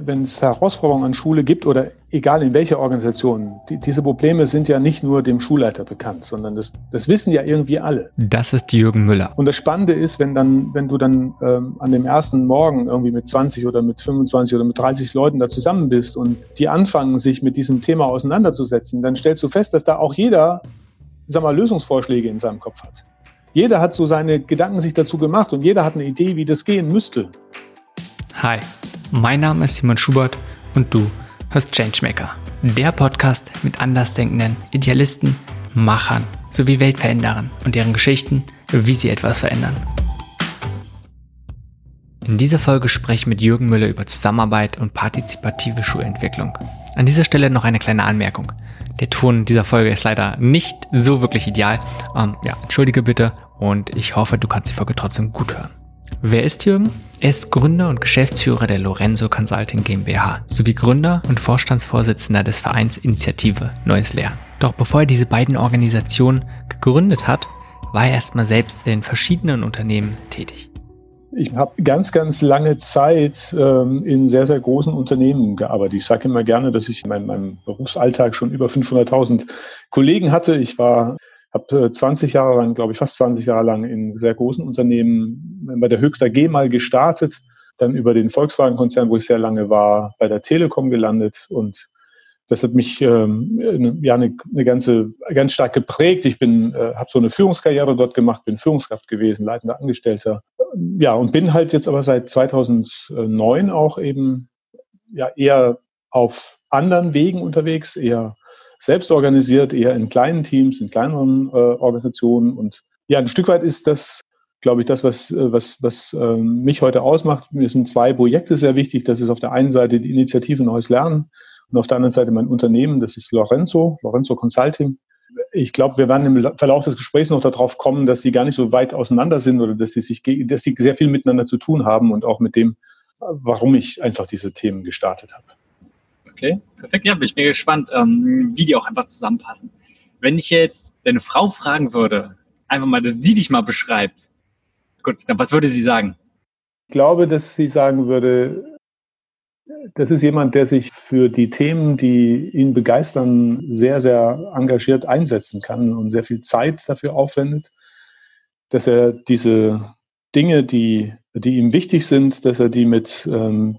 wenn es Herausforderungen an Schule gibt oder egal in welcher Organisation, diese Probleme sind ja nicht nur dem Schulleiter bekannt, sondern das wissen ja irgendwie alle. Das ist Jürgen Müller. Und das Spannende ist, wenn du dann an dem ersten Morgen irgendwie mit 20 oder mit 25 oder mit 30 Leuten da zusammen bist und die anfangen, sich mit diesem Thema auseinanderzusetzen, dann stellst du fest, dass da auch jeder, Lösungsvorschläge in seinem Kopf hat. Jeder hat so seine Gedanken sich dazu gemacht und jeder hat eine Idee, wie das gehen müsste. Hi, mein Name ist Simon Schubert und du hörst Changemaker, der Podcast mit andersdenkenden Idealisten, Machern sowie Weltveränderern und deren Geschichten, wie sie etwas verändern. In dieser Folge spreche ich mit Jürgen Müller über Zusammenarbeit und partizipative Schulentwicklung. An dieser Stelle noch eine kleine Anmerkung. Der Ton dieser Folge ist leider nicht so wirklich ideal. Entschuldige bitte und ich hoffe, du kannst die Folge trotzdem gut hören. Wer ist Jürgen? Er ist Gründer und Geschäftsführer der Lorenzo Consulting GmbH sowie Gründer und Vorstandsvorsitzender des Vereins Initiative Neues Lernen. Doch bevor er diese beiden Organisationen gegründet hat, war er erstmal selbst in verschiedenen Unternehmen tätig. Ich habe ganz, ganz lange Zeit in sehr, sehr großen Unternehmen gearbeitet. Ich sage immer gerne, dass ich in meinem Berufsalltag schon über 500.000 Kollegen hatte. Ich habe 20 Jahre lang, glaube ich, fast 20 Jahre lang in sehr großen Unternehmen bei der Höchst AG mal gestartet, dann über den Volkswagen-Konzern, wo ich sehr lange war, bei der Telekom gelandet und das hat mich ganz stark geprägt. Ich habe so eine Führungskarriere dort gemacht, bin Führungskraft gewesen, leitender Angestellter. Ja, und bin halt jetzt aber seit 2009 auch eben eher auf anderen Wegen unterwegs, eher selbst organisiert, eher in kleinen Teams, in kleineren Organisationen. Und ja, ein Stück weit ist das, glaube ich, das, was mich heute ausmacht. Mir sind zwei Projekte sehr wichtig. Das ist auf der einen Seite die Initiative Neues Lernen und auf der anderen Seite mein Unternehmen, das ist Lorenzo Consulting. Ich glaube, wir werden im Verlauf des Gesprächs noch darauf kommen, dass sie gar nicht so weit auseinander sind oder dass sie sehr viel miteinander zu tun haben und auch mit dem, warum ich einfach diese Themen gestartet habe. Okay, perfekt. Ja, bin ich mir gespannt, wie die auch einfach zusammenpassen. Wenn ich jetzt deine Frau fragen würde, einfach mal, dass sie dich mal beschreibt, gut, was würde sie sagen? Ich glaube, dass sie sagen würde, das ist jemand, der sich für die Themen, die ihn begeistern, sehr, sehr engagiert einsetzen kann und sehr viel Zeit dafür aufwendet, dass er diese Dinge, die ihm wichtig sind, dass er die mit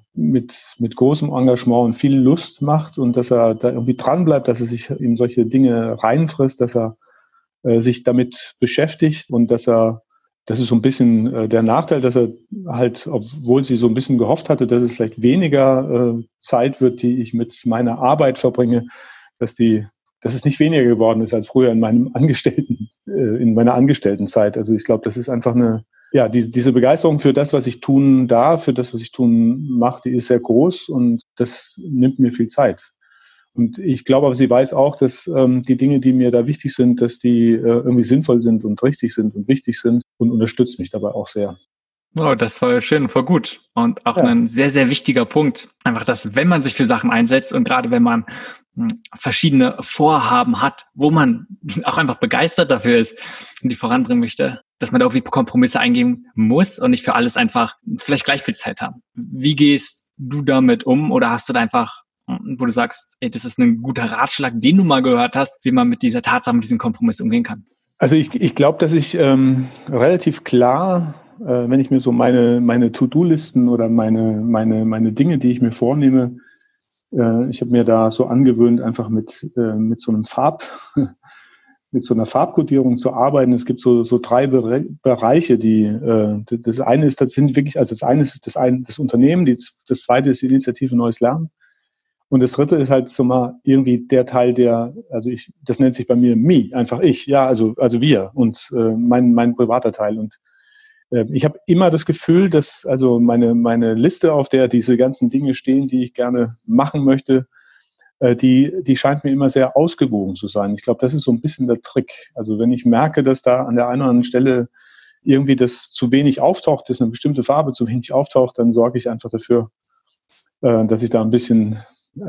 großem Engagement und viel Lust macht und dass er da irgendwie dran bleibt, dass er sich in solche Dinge reinfrisst, dass er sich damit beschäftigt und das ist so ein bisschen der Nachteil, dass er halt, obwohl sie so ein bisschen gehofft hatte, dass es vielleicht weniger Zeit wird, die ich mit meiner Arbeit verbringe, dass es nicht weniger geworden ist als früher in meiner Angestelltenzeit. Also ich glaube, das ist einfach diese Begeisterung für das, was ich tun darf, für das, was ich tun mache, die ist sehr groß und das nimmt mir viel Zeit. Und ich glaube aber, sie weiß auch, dass die Dinge, die mir da wichtig sind, dass die irgendwie sinnvoll sind und richtig sind und wichtig sind und unterstützt mich dabei auch sehr. Oh, das war schön, voll gut. Und auch ein sehr, sehr wichtiger Punkt. Einfach, dass wenn man sich für Sachen einsetzt und gerade wenn man verschiedene Vorhaben hat, wo man auch einfach begeistert dafür ist und die voranbringen möchte, dass man da irgendwie Kompromisse eingehen muss und nicht für alles einfach vielleicht gleich viel Zeit haben. Wie gehst du damit um oder hast du da einfach, wo du sagst, ey, das ist ein guter Ratschlag, den du mal gehört hast, wie man mit dieser Tatsache, mit diesem Kompromiss umgehen kann? Also ich glaube, dass ich relativ klar, wenn ich mir so meine To-Do-Listen oder meine Dinge, die ich mir vornehme, ich habe mir da so angewöhnt, einfach mit so einem mit so einer Farbkodierung zu arbeiten. Es gibt so drei Bereiche, das eine ist, das Unternehmen, das zweite ist die Initiative Neues Lernen. Und das dritte ist halt so mal irgendwie der Teil, das nennt sich bei mir me, einfach ich, ja, also wir und mein privater Teil. Und ich habe immer das Gefühl, dass also meine Liste, auf der diese ganzen Dinge stehen, die ich gerne machen möchte, die scheint mir immer sehr ausgewogen zu sein. Ich glaube, das ist so ein bisschen der Trick. Also wenn ich merke, dass da an der einen oder anderen Stelle irgendwie das zu wenig auftaucht, dass eine bestimmte Farbe zu wenig auftaucht, dann sorge ich einfach dafür, dass ich da ein bisschen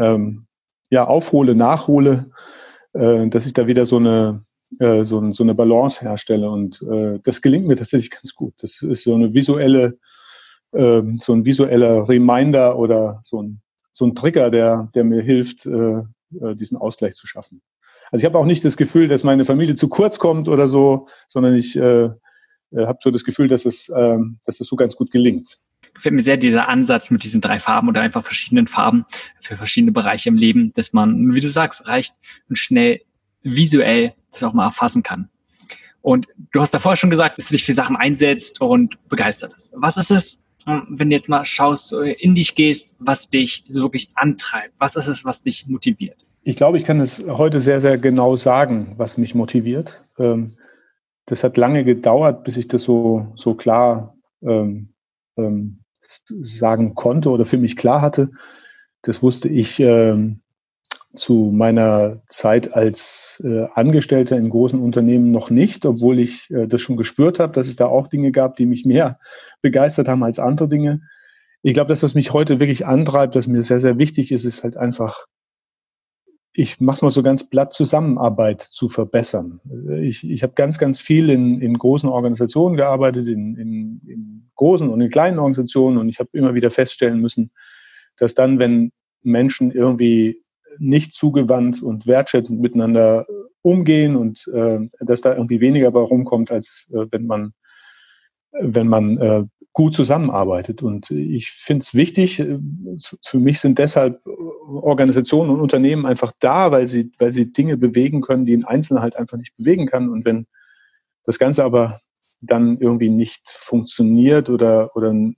nachhole, dass ich da wieder so eine Balance herstelle und das gelingt mir tatsächlich ganz gut. Das ist so ein visueller Reminder oder so ein Trigger, der mir hilft, diesen Ausgleich zu schaffen. Also ich habe auch nicht das Gefühl, dass meine Familie zu kurz kommt oder so, sondern ich habe so das Gefühl, dass es so ganz gut gelingt. Gefällt mir sehr dieser Ansatz mit diesen 3 Farben oder einfach verschiedenen Farben für verschiedene Bereiche im Leben, dass man, wie du sagst, leicht und schnell visuell das auch mal erfassen kann. Und du hast davor schon gesagt, dass du dich für Sachen einsetzt und begeistert bist. Was ist es, wenn du jetzt mal schaust, in dich gehst, was dich so wirklich antreibt? Was ist es, was dich motiviert? Ich glaube, ich kann es heute sehr, sehr genau sagen, was mich motiviert. Das hat lange gedauert, bis ich das so klar sagen konnte oder für mich klar hatte. Das wusste ich zu meiner Zeit als Angestellter in großen Unternehmen noch nicht, obwohl ich das schon gespürt habe, dass es da auch Dinge gab, die mich mehr begeistert haben als andere Dinge. Ich glaube, das, was mich heute wirklich antreibt, was mir sehr, sehr wichtig ist, ist halt einfach, ich mache es mal so ganz platt, Zusammenarbeit zu verbessern. Ich habe ganz, ganz viel in großen Organisationen gearbeitet, in großen und in kleinen Organisationen, und ich habe immer wieder feststellen müssen, dass dann, wenn Menschen irgendwie nicht zugewandt und wertschätzend miteinander umgehen und dass da irgendwie weniger bei rumkommt, als wenn man gut zusammenarbeitet. Und ich finde es wichtig, für mich sind deshalb Organisationen und Unternehmen einfach da, weil sie Dinge bewegen können, die ein Einzelner halt einfach nicht bewegen kann. Und wenn das Ganze aber dann irgendwie nicht funktioniert oder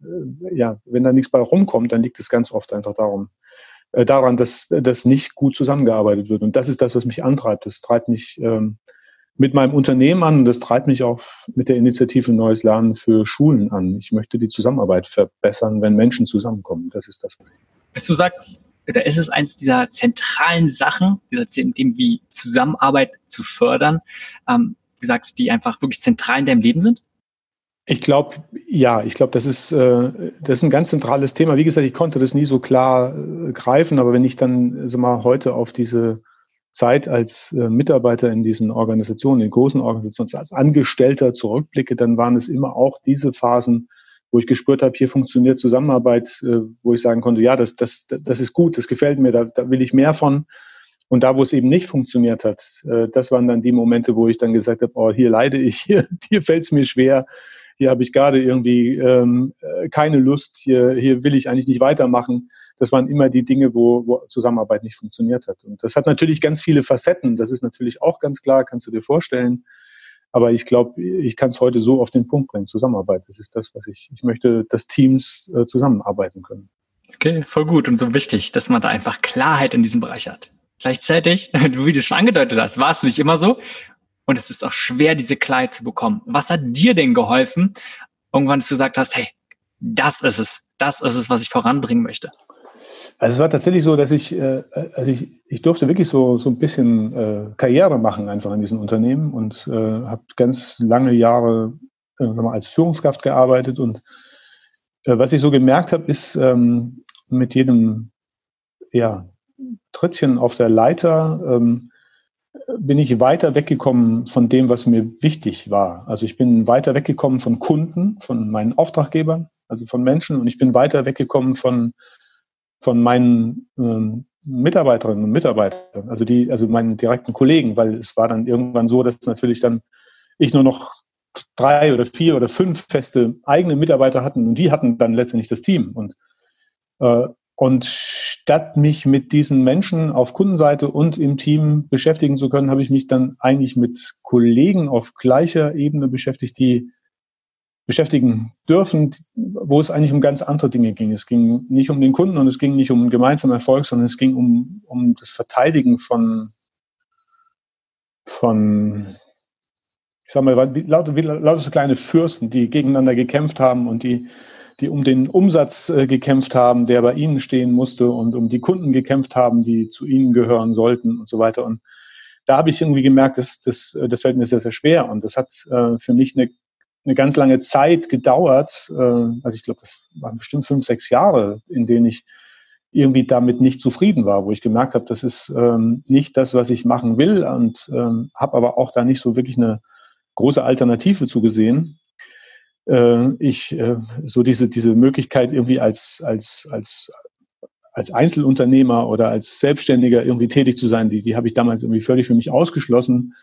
wenn da nichts bei rumkommt, dann liegt es ganz oft einfach daran, dass nicht gut zusammengearbeitet wird. Und das ist das, was mich antreibt. Das treibt mich mit meinem Unternehmen an, und das treibt mich auch mit der Initiative Neues Lernen für Schulen an. Ich möchte die Zusammenarbeit verbessern, wenn Menschen zusammenkommen. Das ist das, was ich. Du sagst, oder ist es eins dieser zentralen Sachen, dem wie Zusammenarbeit zu fördern, du sagst, die einfach wirklich zentral in deinem Leben sind? Ich glaube, das ist ein ganz zentrales Thema. Wie gesagt, ich konnte das nie so klar greifen, aber wenn ich dann heute auf diese Zeit als Mitarbeiter in diesen Organisationen, in großen Organisationen, als Angestellter zurückblicke, dann waren es immer auch diese Phasen, wo ich gespürt habe, hier funktioniert Zusammenarbeit, wo ich sagen konnte, ja, das ist gut, das gefällt mir, da will ich mehr von. Und da, wo es eben nicht funktioniert hat, das waren dann die Momente, wo ich dann gesagt habe, oh, hier leide ich, hier fällt es mir schwer, hier habe ich gerade irgendwie keine Lust, hier will ich eigentlich nicht weitermachen. Das waren immer die Dinge, wo Zusammenarbeit nicht funktioniert hat. Und das hat natürlich ganz viele Facetten. Das ist natürlich auch ganz klar, kannst du dir vorstellen. Aber ich glaube, ich kann es heute so auf den Punkt bringen. Zusammenarbeit, das ist das, was ich möchte, dass Teams zusammenarbeiten können. Okay, voll gut und so wichtig, dass man da einfach Klarheit in diesem Bereich hat. Gleichzeitig, wie du schon angedeutet hast, war es nicht immer so. Und es ist auch schwer, diese Klarheit zu bekommen. Was hat dir denn geholfen, irgendwann, dass du gesagt hast, hey, das ist es, was ich voranbringen möchte? Also es war tatsächlich so, dass ich durfte wirklich so ein bisschen Karriere machen einfach in diesen Unternehmen und habe ganz lange Jahre als Führungskraft gearbeitet. Und was ich so gemerkt habe, ist mit jedem Trittchen auf der Leiter bin ich weiter weggekommen von dem, was mir wichtig war. Also ich bin weiter weggekommen von Kunden, von meinen Auftraggebern, also von Menschen, und ich bin weiter weggekommen von meinen Mitarbeiterinnen und Mitarbeitern, also meinen direkten Kollegen, weil es war dann irgendwann so, dass natürlich dann ich nur noch 3 oder 4 oder 5 feste eigene Mitarbeiter hatten, und die hatten dann letztendlich das Team. Und statt mich mit diesen Menschen auf Kundenseite und im Team beschäftigen zu können, habe ich mich dann eigentlich mit Kollegen auf gleicher Ebene beschäftigt, die beschäftigen dürfen, wo es eigentlich um ganz andere Dinge ging. Es ging nicht um den Kunden und es ging nicht um einen gemeinsamen Erfolg, sondern es ging um das Verteidigen von ich sag mal, lauter so kleine Fürsten, die gegeneinander gekämpft haben und die um den Umsatz gekämpft haben, der bei ihnen stehen musste, und um die Kunden gekämpft haben, die zu ihnen gehören sollten und so weiter. Und da habe ich irgendwie gemerkt, das fällt mir sehr, sehr schwer. Und das hat für mich eine ganz lange Zeit gedauert. Also ich glaube, das waren bestimmt 5, 6 Jahre, in denen ich irgendwie damit nicht zufrieden war, wo ich gemerkt habe, das ist nicht das, was ich machen will, und habe aber auch da nicht so wirklich eine große Alternative zugesehen. So diese Möglichkeit irgendwie als als Einzelunternehmer oder als Selbstständiger irgendwie tätig zu sein, die habe ich damals irgendwie völlig für mich ausgeschlossen.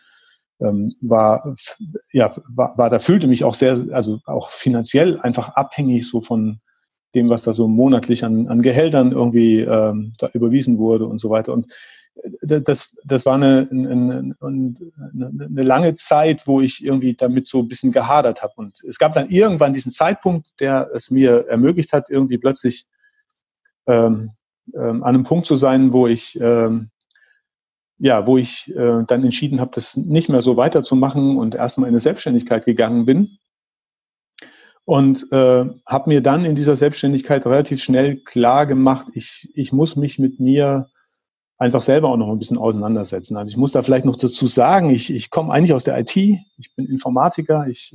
Fühlte mich auch sehr, also auch finanziell einfach abhängig so von dem, was da so monatlich an Gehältern irgendwie da überwiesen wurde und so weiter. Und das war eine lange Zeit, wo ich irgendwie damit so ein bisschen gehadert habe. Und es gab dann irgendwann diesen Zeitpunkt, der es mir ermöglicht hat, irgendwie plötzlich an einem Punkt zu sein, wo ich dann entschieden habe, das nicht mehr so weiterzumachen und erstmal in eine Selbstständigkeit gegangen bin. Und habe mir dann in dieser Selbstständigkeit relativ schnell klar gemacht, ich muss mich mit mir einfach selber auch noch ein bisschen auseinandersetzen. Also ich muss da vielleicht noch dazu sagen, ich komme eigentlich aus der IT, ich bin Informatiker, ich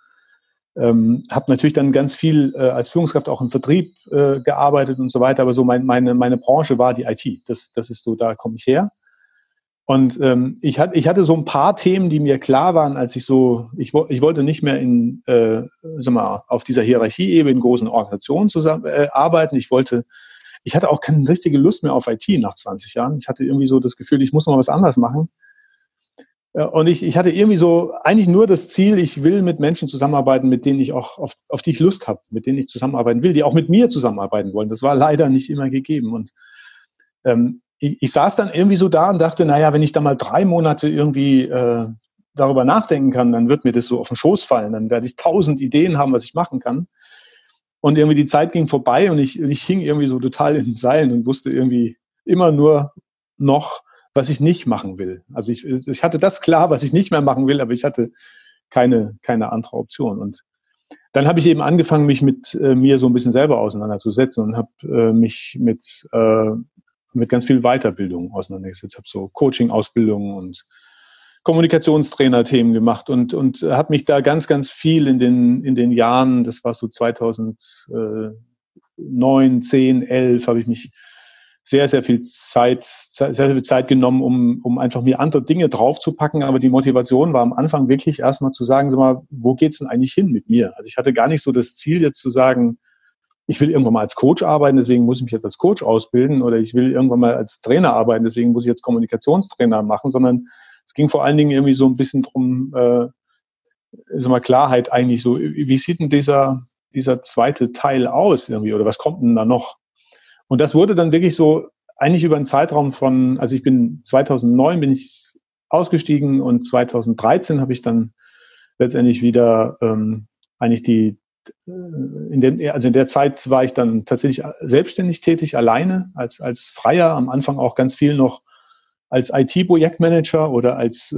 habe natürlich dann ganz viel als Führungskraft auch im Vertrieb gearbeitet und so weiter, aber so meine Branche war die IT. Das ist so, da komme ich her. Und ich hatte so ein paar Themen, die mir klar waren, als ich wollte nicht mehr auf dieser Hierarchieebene in großen Organisationen zusammen arbeiten. Ich hatte auch keine richtige Lust mehr auf IT nach 20 Jahren. Ich hatte irgendwie so das Gefühl, ich muss noch mal was anderes machen. Und ich hatte irgendwie so eigentlich nur das Ziel, ich will mit Menschen zusammenarbeiten, mit denen ich auch auf die ich Lust habe, mit denen ich zusammenarbeiten will, die auch mit mir zusammenarbeiten wollen. Das war leider nicht immer gegeben. Und ich saß dann irgendwie so da und dachte, naja, wenn ich da mal 3 Monate irgendwie darüber nachdenken kann, dann wird mir das so auf den Schoß fallen. Dann werde ich 1000 Ideen haben, was ich machen kann. Und irgendwie die Zeit ging vorbei und ich hing irgendwie so total in den Seilen und wusste irgendwie immer nur noch, was ich nicht machen will. Also ich hatte das klar, was ich nicht mehr machen will, aber ich hatte keine andere Option. Und dann habe ich eben angefangen, mich mit mir so ein bisschen selber auseinanderzusetzen und habe mich mit ganz viel Weiterbildung auseinandergesetzt. Ich habe so Coaching-Ausbildungen und Kommunikationstrainer-Themen gemacht und habe mich da ganz, ganz viel in den Jahren, das war so 2009, 10, 11, habe ich mich sehr, sehr viel Zeit genommen, um einfach mir andere Dinge draufzupacken. Aber die Motivation war am Anfang wirklich erstmal zu sagen, sag mal, wo geht's denn eigentlich hin mit mir? Also ich hatte gar nicht so das Ziel, jetzt zu sagen, ich will irgendwann mal als Coach arbeiten, deswegen muss ich mich jetzt als Coach ausbilden, oder ich will irgendwann mal als Trainer arbeiten, deswegen muss ich jetzt Kommunikationstrainer machen, sondern es ging vor allen Dingen irgendwie so ein bisschen drum, Klarheit eigentlich so, wie sieht denn dieser zweite Teil aus irgendwie, oder was kommt denn da noch? Und das wurde dann wirklich so eigentlich über einen Zeitraum von, also 2009 bin ich ausgestiegen und 2013 habe ich dann letztendlich wieder eigentlich in der Zeit war ich dann tatsächlich selbstständig tätig, alleine, als Freier, am Anfang auch ganz viel noch als IT-Projektmanager oder als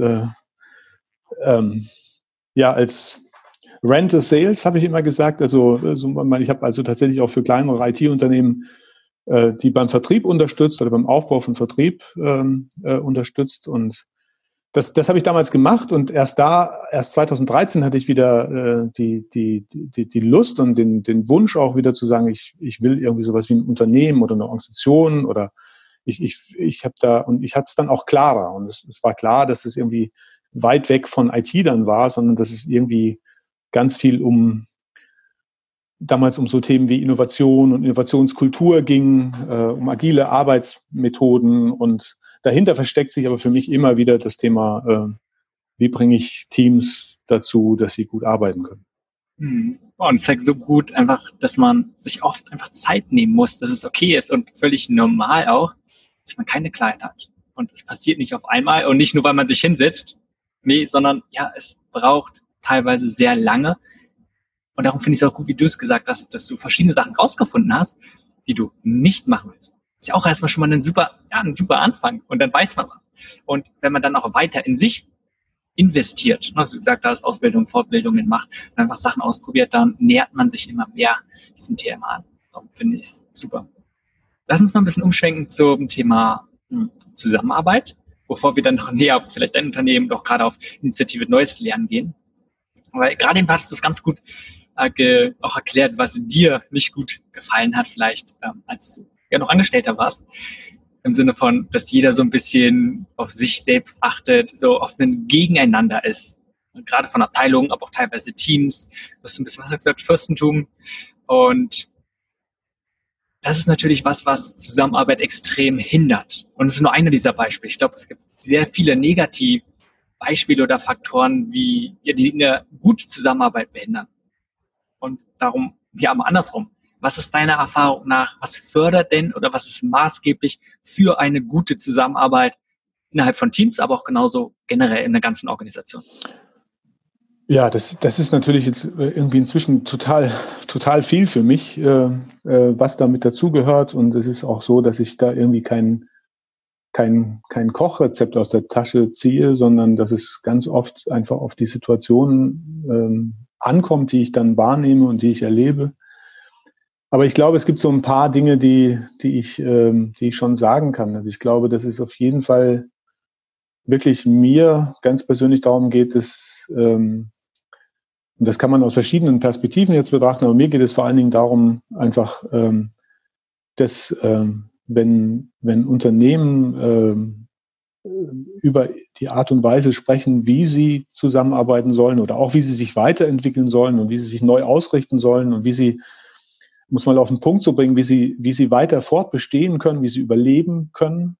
Rental Sales, habe ich immer gesagt. Also ich habe also tatsächlich auch für kleinere IT-Unternehmen die beim Vertrieb unterstützt oder beim Aufbau von Vertrieb unterstützt. Und das habe ich damals gemacht und erst 2013 hatte ich wieder die Lust und den Wunsch auch wieder zu sagen, ich will irgendwie sowas wie ein Unternehmen oder eine Organisation oder ich hatte es dann auch klarer und es war klar, dass es irgendwie weit weg von IT dann war, sondern dass es irgendwie ganz viel damals um so Themen wie Innovation und Innovationskultur ging, um agile Arbeitsmethoden, und dahinter versteckt sich aber für mich immer wieder das Thema, wie bringe ich Teams dazu, dass sie gut arbeiten können. Und es zeigt so gut einfach, dass man sich oft einfach Zeit nehmen muss, dass es okay ist und völlig normal auch, dass man keine Klarheit hat. Und es passiert nicht auf einmal und nicht nur, weil man sich hinsetzt, sondern ja, es braucht teilweise sehr lange. Und darum finde ich es auch gut, wie du es gesagt hast, dass du verschiedene Sachen rausgefunden hast, die du nicht machen willst. Ist ja auch erstmal schon mal ein super Anfang. Und dann weiß man was. Und wenn man dann auch weiter in sich investiert, also wie gesagt, da ist Ausbildung, Fortbildungen macht und einfach Sachen ausprobiert, dann nähert man sich immer mehr diesem Thema an. Darum finde ich es super. Lass uns mal ein bisschen umschwenken zum Thema Zusammenarbeit, bevor wir dann noch näher auf vielleicht dein Unternehmen, doch gerade auf Initiative Neues Lernen gehen. Weil gerade eben hast du es ganz gut auch erklärt, was dir nicht gut gefallen hat, vielleicht als du ja noch Angestellter warst. Im Sinne von, dass jeder so ein bisschen auf sich selbst achtet, so auf ein Gegeneinander ist. Und gerade von Abteilungen, aber auch teilweise Teams. Du hast ein bisschen was gesagt, Fürstentum. Und das ist natürlich was Zusammenarbeit extrem hindert. Und es ist nur einer dieser Beispiele. Ich glaube, es gibt sehr viele Negativbeispiele oder Faktoren, die eine gute Zusammenarbeit behindern. Und darum, aber andersrum. Was ist deiner Erfahrung nach, was fördert denn oder was ist maßgeblich für eine gute Zusammenarbeit innerhalb von Teams, aber auch genauso generell in der ganzen Organisation? Ja, das ist natürlich jetzt irgendwie inzwischen total viel für mich, was damit dazugehört. Und es ist auch so, dass ich da irgendwie kein Kochrezept aus der Tasche ziehe, sondern dass es ganz oft einfach auf die Situationen ankommt, die ich dann wahrnehme und die ich erlebe. Aber ich glaube, es gibt so ein paar Dinge, die ich schon sagen kann. Also ich glaube, dass es auf jeden Fall wirklich mir ganz persönlich darum geht, dass und das kann man aus verschiedenen Perspektiven jetzt betrachten, aber mir geht es vor allen Dingen darum, einfach, dass wenn Unternehmen über die Art und Weise sprechen, wie sie zusammenarbeiten sollen oder auch wie sie sich weiterentwickeln sollen und wie sie sich neu ausrichten sollen und wie sie, muss man auf den Punkt so bringen, wie sie weiter fortbestehen können, wie sie überleben können,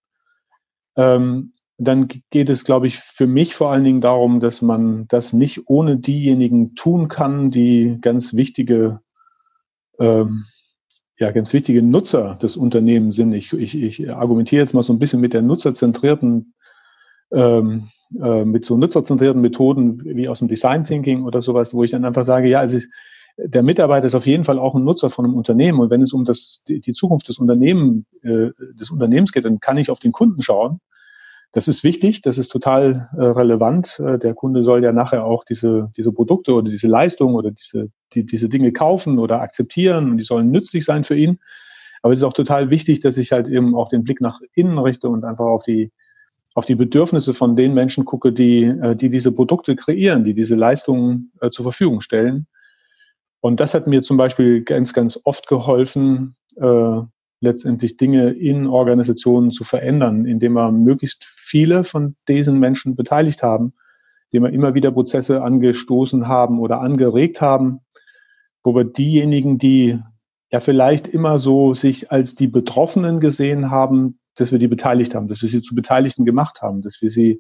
dann geht es, glaube ich, für mich vor allen Dingen darum, dass man das nicht ohne diejenigen tun kann, die ganz wichtige Nutzer des Unternehmens sind. Ich argumentiere jetzt mal so ein bisschen mit der mit so nutzerzentrierten Methoden wie aus dem Design Thinking oder sowas, wo ich dann einfach sage, ja, der Mitarbeiter ist auf jeden Fall auch ein Nutzer von einem Unternehmen. Und wenn es um die Zukunft des Unternehmens geht, dann kann ich auf den Kunden schauen. Das ist wichtig, das ist total relevant. Der Kunde soll ja nachher auch diese Produkte oder diese Leistungen oder diese Dinge kaufen oder akzeptieren und die sollen nützlich sein für ihn. Aber es ist auch total wichtig, dass ich halt eben auch den Blick nach innen richte und einfach auf die Bedürfnisse von den Menschen gucke, die diese Produkte kreieren, die diese Leistungen zur Verfügung stellen. Und das hat mir zum Beispiel ganz, ganz oft geholfen, letztendlich Dinge in Organisationen zu verändern, indem wir möglichst viele von diesen Menschen beteiligt haben, indem wir immer wieder Prozesse angestoßen haben oder angeregt haben, wo wir diejenigen, die ja vielleicht immer so sich als die Betroffenen gesehen haben, dass wir die beteiligt haben, dass wir sie zu Beteiligten gemacht haben, dass wir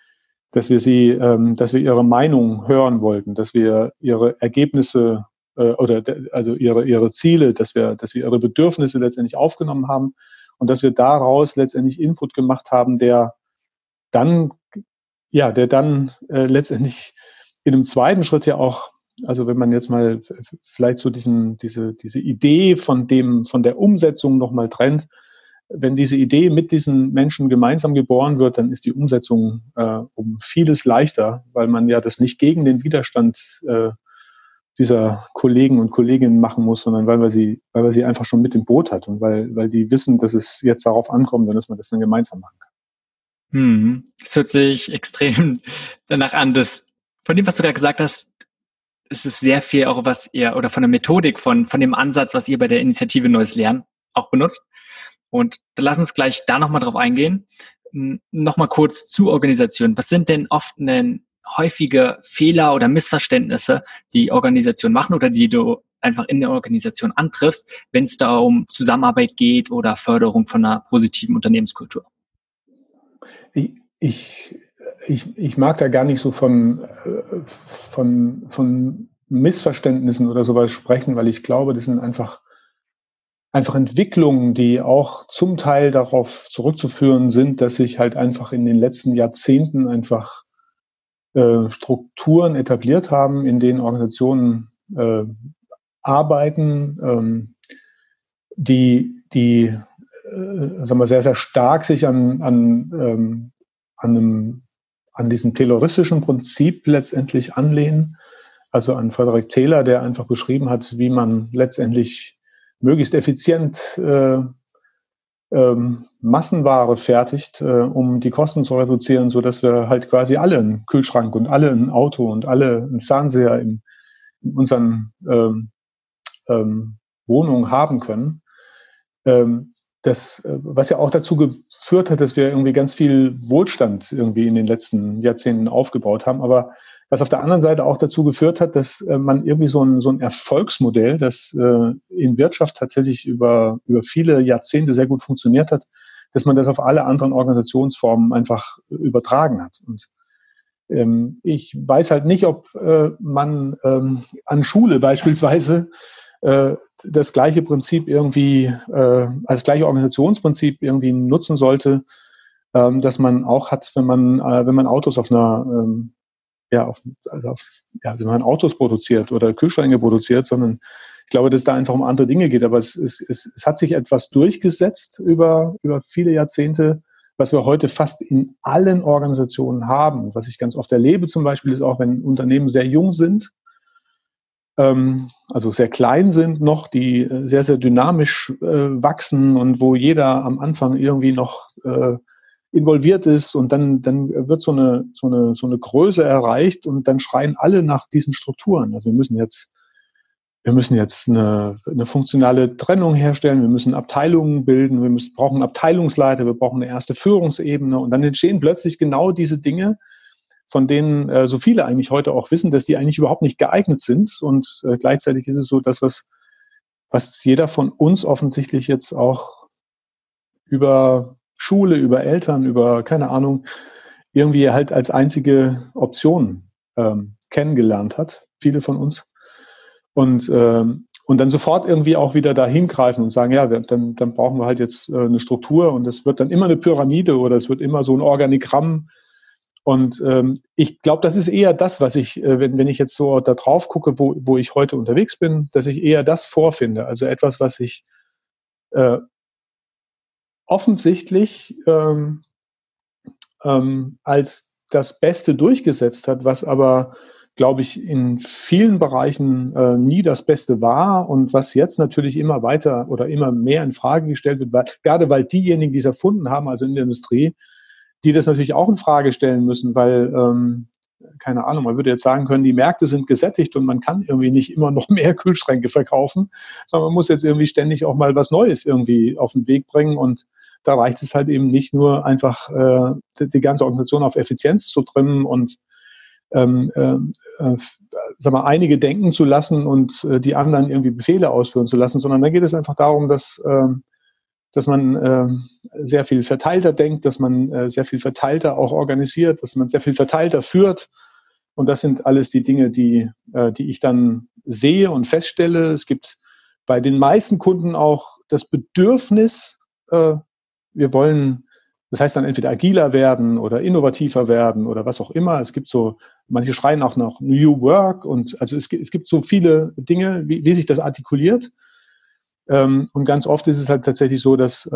ihre Meinung hören wollten, dass wir ihre Ergebnisse also ihre Ziele, dass wir ihre Bedürfnisse letztendlich aufgenommen haben und dass wir daraus letztendlich Input gemacht haben, der dann letztendlich in einem zweiten Schritt ja auch, also wenn man jetzt mal vielleicht so diese Idee von der Umsetzung nochmal trennt, wenn diese Idee mit diesen Menschen gemeinsam geboren wird, dann ist die Umsetzung um vieles leichter, weil man ja das nicht gegen den Widerstand dieser Kollegen und Kolleginnen machen muss, sondern weil wir sie einfach schon mit im Boot hat und weil die wissen, dass es jetzt darauf ankommt und dass man das dann gemeinsam machen kann. Es hört sich extrem danach an, dass von dem, was du gerade gesagt hast, es ist sehr viel auch, was ihr, oder von der Methodik, von dem Ansatz, was ihr bei der Initiative Neues Lernen auch benutzt. Und lass uns gleich da nochmal drauf eingehen. Nochmal kurz zur Organisation. Was sind denn oft häufige Fehler oder Missverständnisse, die Organisationen machen oder die du einfach in der Organisation antriffst, wenn es da um Zusammenarbeit geht oder Förderung von einer positiven Unternehmenskultur? Ich mag da gar nicht so von Missverständnissen oder sowas sprechen, weil ich glaube, das sind einfach Entwicklungen, die auch zum Teil darauf zurückzuführen sind, dass sich halt einfach in den letzten Jahrzehnten einfach Strukturen etabliert haben, in denen Organisationen arbeiten, die sagen wir, sehr, sehr stark sich an diesem tayloristischen Prinzip letztendlich anlehnen. Also an Frederick Taylor, der einfach beschrieben hat, wie man letztendlich möglichst effizient Massenware fertigt, um die Kosten zu reduzieren, so dass wir halt quasi alle einen Kühlschrank und alle ein Auto und alle einen Fernseher in unseren Wohnungen haben können. Was ja auch dazu geführt hat, dass wir irgendwie ganz viel Wohlstand irgendwie in den letzten Jahrzehnten aufgebaut haben. Aber Was auf der anderen Seite auch dazu geführt hat, dass man irgendwie so ein Erfolgsmodell, das in Wirtschaft tatsächlich über viele Jahrzehnte sehr gut funktioniert hat, dass man das auf alle anderen Organisationsformen einfach übertragen hat. Und ich weiß halt nicht, ob man an Schule beispielsweise das gleiche Prinzip irgendwie, als gleiche Organisationsprinzip irgendwie nutzen sollte, dass man auch hat, wenn man Autos auf einer wenn man Autos produziert oder Kühlschränke produziert, sondern ich glaube, dass es da einfach um andere Dinge geht. Aber es hat sich etwas durchgesetzt über viele Jahrzehnte, was wir heute fast in allen Organisationen haben. Was ich ganz oft erlebe zum Beispiel ist auch, wenn Unternehmen sehr jung sind, also sehr klein sind noch, die sehr, sehr dynamisch wachsen und wo jeder am Anfang irgendwie noch involviert ist und dann wird so eine Größe erreicht und dann schreien alle nach diesen Strukturen. Also wir müssen jetzt eine funktionale Trennung herstellen, wir müssen Abteilungen bilden, brauchen Abteilungsleiter, wir brauchen eine erste Führungsebene und dann entstehen plötzlich genau diese Dinge, von denen so viele eigentlich heute auch wissen, dass die eigentlich überhaupt nicht geeignet sind und gleichzeitig ist es so, dass was jeder von uns offensichtlich jetzt auch über Schule, über Eltern, über keine Ahnung, irgendwie halt als einzige Option kennengelernt hat, viele von uns. Und dann sofort irgendwie auch wieder da hingreifen und sagen, ja, dann brauchen wir halt jetzt eine Struktur und es wird dann immer eine Pyramide oder es wird immer so ein Organigramm. Und ich glaube, das ist eher das, was ich, wenn ich jetzt so da drauf gucke, wo ich heute unterwegs bin, dass ich eher das vorfinde. Also etwas, was ich offensichtlich als das Beste durchgesetzt hat, was aber, glaube ich, in vielen Bereichen nie das Beste war und was jetzt natürlich immer weiter oder immer mehr in Frage gestellt wird, gerade weil diejenigen, die es erfunden haben, also in der Industrie, die das natürlich auch in Frage stellen müssen, weil, keine Ahnung, man würde jetzt sagen können, die Märkte sind gesättigt und man kann irgendwie nicht immer noch mehr Kühlschränke verkaufen, sondern man muss jetzt irgendwie ständig auch mal was Neues irgendwie auf den Weg bringen und da reicht es halt eben nicht nur einfach die ganze Organisation auf Effizienz zu trimmen und einige denken zu lassen und die anderen irgendwie Befehle ausführen zu lassen, sondern da geht es einfach darum, dass man sehr viel verteilter denkt, dass man sehr viel verteilter auch organisiert, dass man sehr viel verteilter führt. Und das sind alles die Dinge, die ich dann sehe und feststelle. Es gibt bei den meisten Kunden auch das Bedürfnis, wir wollen, das heißt dann entweder agiler werden oder innovativer werden oder was auch immer. Es gibt so, manche schreien auch nach New Work und also es gibt so viele Dinge, wie sich das artikuliert. Und ganz oft ist es halt tatsächlich so, dass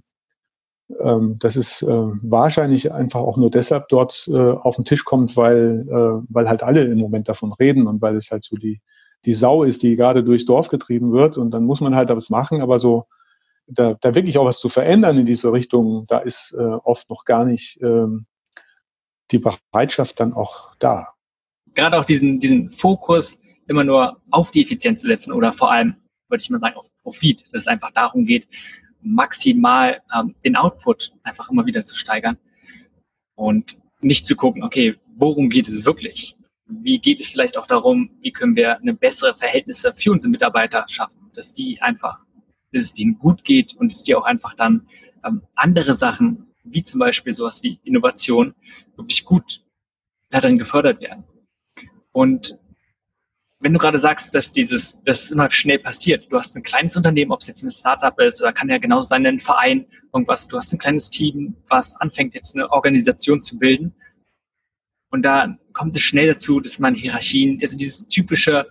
es wahrscheinlich einfach auch nur deshalb dort auf den Tisch kommt, weil halt alle im Moment davon reden und weil es halt so die Sau ist, die gerade durchs Dorf getrieben wird und dann muss man halt da was machen, aber so da wirklich auch was zu verändern in diese Richtung, da ist oft noch gar nicht die Bereitschaft dann auch da. Gerade auch diesen Fokus immer nur auf die Effizienz zu setzen oder vor allem, würde ich mal sagen, auf Profit, dass es einfach darum geht, maximal den Output einfach immer wieder zu steigern und nicht zu gucken, okay, worum geht es wirklich? Wie geht es vielleicht auch darum, wie können wir eine bessere Verhältnisse für unsere Mitarbeiter schaffen, dass es denen gut geht und dass die auch einfach dann andere Sachen, wie zum Beispiel sowas wie Innovation, wirklich gut darin gefördert werden. Und wenn du gerade sagst, dass das immer schnell passiert, du hast ein kleines Unternehmen, ob es jetzt ein Startup ist oder kann ja genauso sein, ein Verein, irgendwas, du hast ein kleines Team, was anfängt jetzt eine Organisation zu bilden und da kommt es schnell dazu, dass man Hierarchien, also diese typische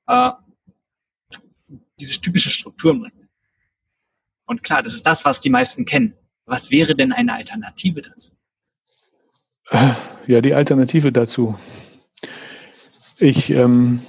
Strukturen bringt. Und klar, das ist das, was die meisten kennen. Was wäre denn eine Alternative dazu? Ja, die Alternative dazu. Ich würde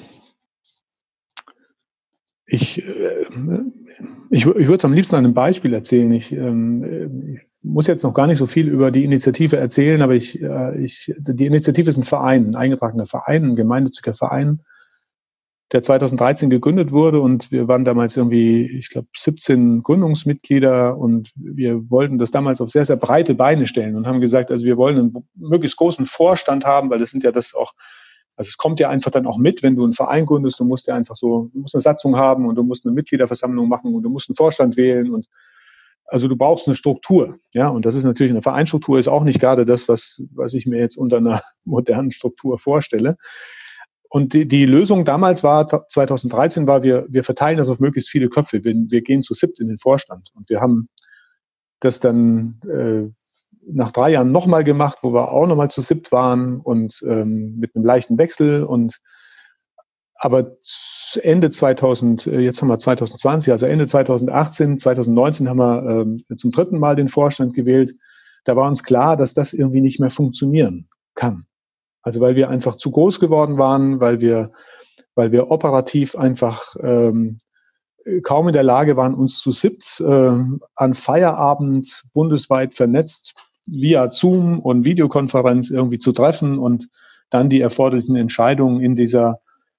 es am liebsten an einem Beispiel erzählen. Ich muss jetzt noch gar nicht so viel über die Initiative erzählen, aber die Initiative ist ein Verein, ein eingetragener Verein, ein gemeinnütziger Verein, der 2013 gegründet wurde und wir waren damals irgendwie, ich glaube, 17 Gründungsmitglieder und wir wollten das damals auf sehr, sehr breite Beine stellen und haben gesagt, also wir wollen einen möglichst großen Vorstand haben, weil das sind ja das auch Also es kommt ja einfach dann auch mit, wenn du einen Verein gründest, du musst eine Satzung haben und du musst eine Mitgliederversammlung machen und du musst einen Vorstand wählen und also du brauchst eine Struktur, ja, und das ist natürlich eine Vereinsstruktur ist auch nicht gerade das, was ich mir jetzt unter einer modernen Struktur vorstelle. Und die Lösung damals war, 2013 war, wir verteilen das auf möglichst viele Köpfe. Wir gehen zu 7 in den Vorstand. Und wir haben das dann nach 3 Jahren nochmal gemacht, wo wir auch nochmal zu 7 waren und mit einem leichten Wechsel. Aber Ende 2000, jetzt haben wir 2020, also Ende 2018, 2019 haben wir zum 3. Mal den Vorstand gewählt. Da war uns klar, dass das irgendwie nicht mehr funktionieren kann. Also weil wir einfach zu groß geworden waren, weil wir operativ einfach kaum in der Lage waren, uns zu 7 an Feierabend bundesweit vernetzt via Zoom und Videokonferenz irgendwie zu treffen und dann die erforderlichen Entscheidungen in dieser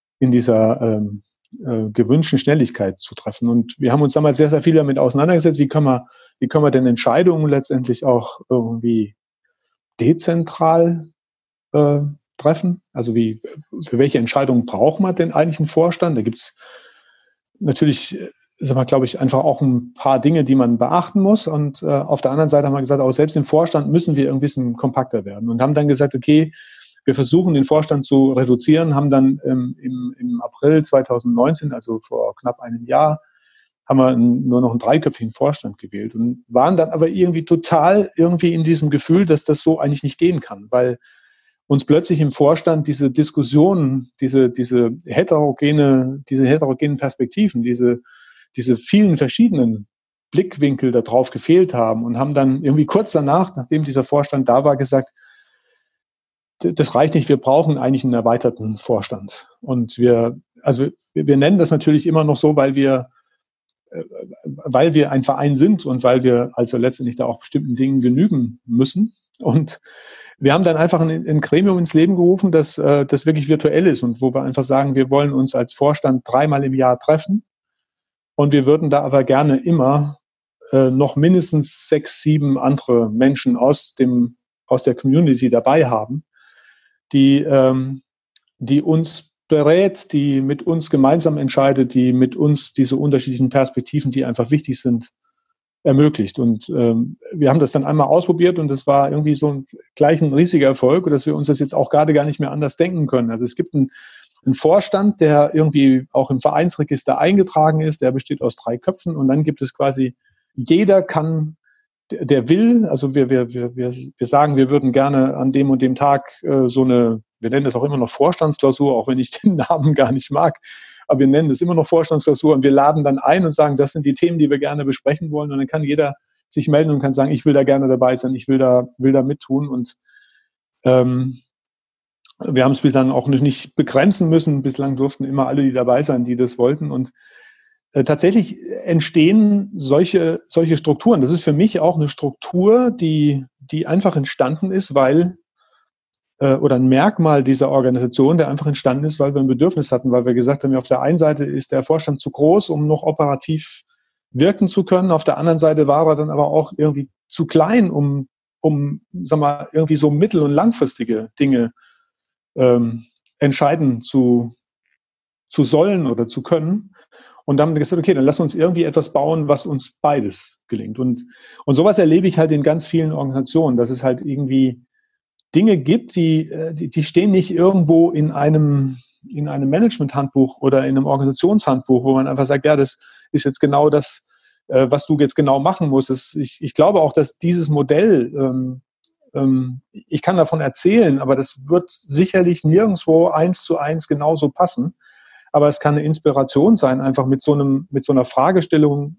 gewünschten Schnelligkeit zu treffen. Und wir haben uns damals sehr, sehr viel damit auseinandergesetzt, wie können wir denn Entscheidungen letztendlich auch irgendwie dezentral treffen? Also für welche Entscheidungen braucht man denn eigentlich einen Vorstand? Da gibt's natürlich, glaube ich, einfach auch ein paar Dinge, die man beachten muss. Und auf der anderen Seite haben wir gesagt, auch selbst im Vorstand müssen wir irgendwie ein bisschen kompakter werden. Und haben dann gesagt, okay, wir versuchen den Vorstand zu reduzieren, haben dann im April 2019, also vor knapp einem Jahr, haben wir nur noch einen 3-köpfigen Vorstand gewählt und waren dann aber irgendwie total irgendwie in diesem Gefühl, dass das so eigentlich nicht gehen kann, weil uns plötzlich im Vorstand diese Diskussionen, diese heterogenen Perspektiven, diese vielen verschiedenen Blickwinkel darauf gefehlt haben und haben dann irgendwie kurz danach, nachdem dieser Vorstand da war, gesagt, das reicht nicht, wir brauchen eigentlich einen erweiterten Vorstand. Und wir nennen das natürlich immer noch so, weil wir ein Verein sind und weil wir also letztendlich da auch bestimmten Dingen genügen müssen. Und wir haben dann einfach ein Gremium ins Leben gerufen, das wirklich virtuell ist und wo wir einfach sagen, wir wollen uns als Vorstand 3-mal im Jahr treffen und wir würden da aber gerne immer noch mindestens 6, 7 andere Menschen aus der Community dabei haben, die uns berät, die mit uns gemeinsam entscheidet, die mit uns diese unterschiedlichen Perspektiven, die einfach wichtig sind, ermöglicht. Und wir haben das dann einmal ausprobiert und das war irgendwie so gleich ein riesiger Erfolg, dass wir uns das jetzt auch gerade gar nicht mehr anders denken können. Also es gibt einen Vorstand, der irgendwie auch im Vereinsregister eingetragen ist, der besteht aus 3 Köpfen und dann gibt es quasi, jeder kann, der will, also wir sagen, wir würden gerne an dem und dem Tag wir nennen das auch immer noch Vorstandsklausur, auch wenn ich den Namen gar nicht mag, aber wir nennen es immer noch Vorstandsklausur und wir laden dann ein und sagen, das sind die Themen, die wir gerne besprechen wollen und dann kann jeder sich melden und kann sagen, ich will da gerne dabei sein, ich will da mittun und wir haben es bislang auch nicht begrenzen müssen, bislang durften immer alle, die dabei sein, die das wollten und tatsächlich entstehen solche Strukturen. Das ist für mich auch eine Struktur, die einfach entstanden ist, oder ein Merkmal dieser Organisation, der einfach entstanden ist, weil wir ein Bedürfnis hatten, weil wir gesagt haben, auf der einen Seite ist der Vorstand zu groß, um noch operativ wirken zu können. Auf der anderen Seite war er dann aber auch irgendwie zu klein, um irgendwie so mittel- und langfristige Dinge entscheiden zu sollen oder zu können. Und dann haben wir gesagt, okay, dann lass uns irgendwie etwas bauen, was uns beides gelingt. Und sowas erlebe ich halt in ganz vielen Organisationen, dass es halt irgendwie Dinge gibt, die stehen nicht irgendwo in einem Management-Handbuch oder in einem Organisationshandbuch, wo man einfach sagt, ja, das ist jetzt genau das, was du jetzt genau machen musst. Ich glaube auch, dass dieses Modell, ich kann davon erzählen, aber das wird sicherlich nirgendwo 1:1 genauso passen. Aber es kann eine Inspiration sein, einfach mit so einer Fragestellung,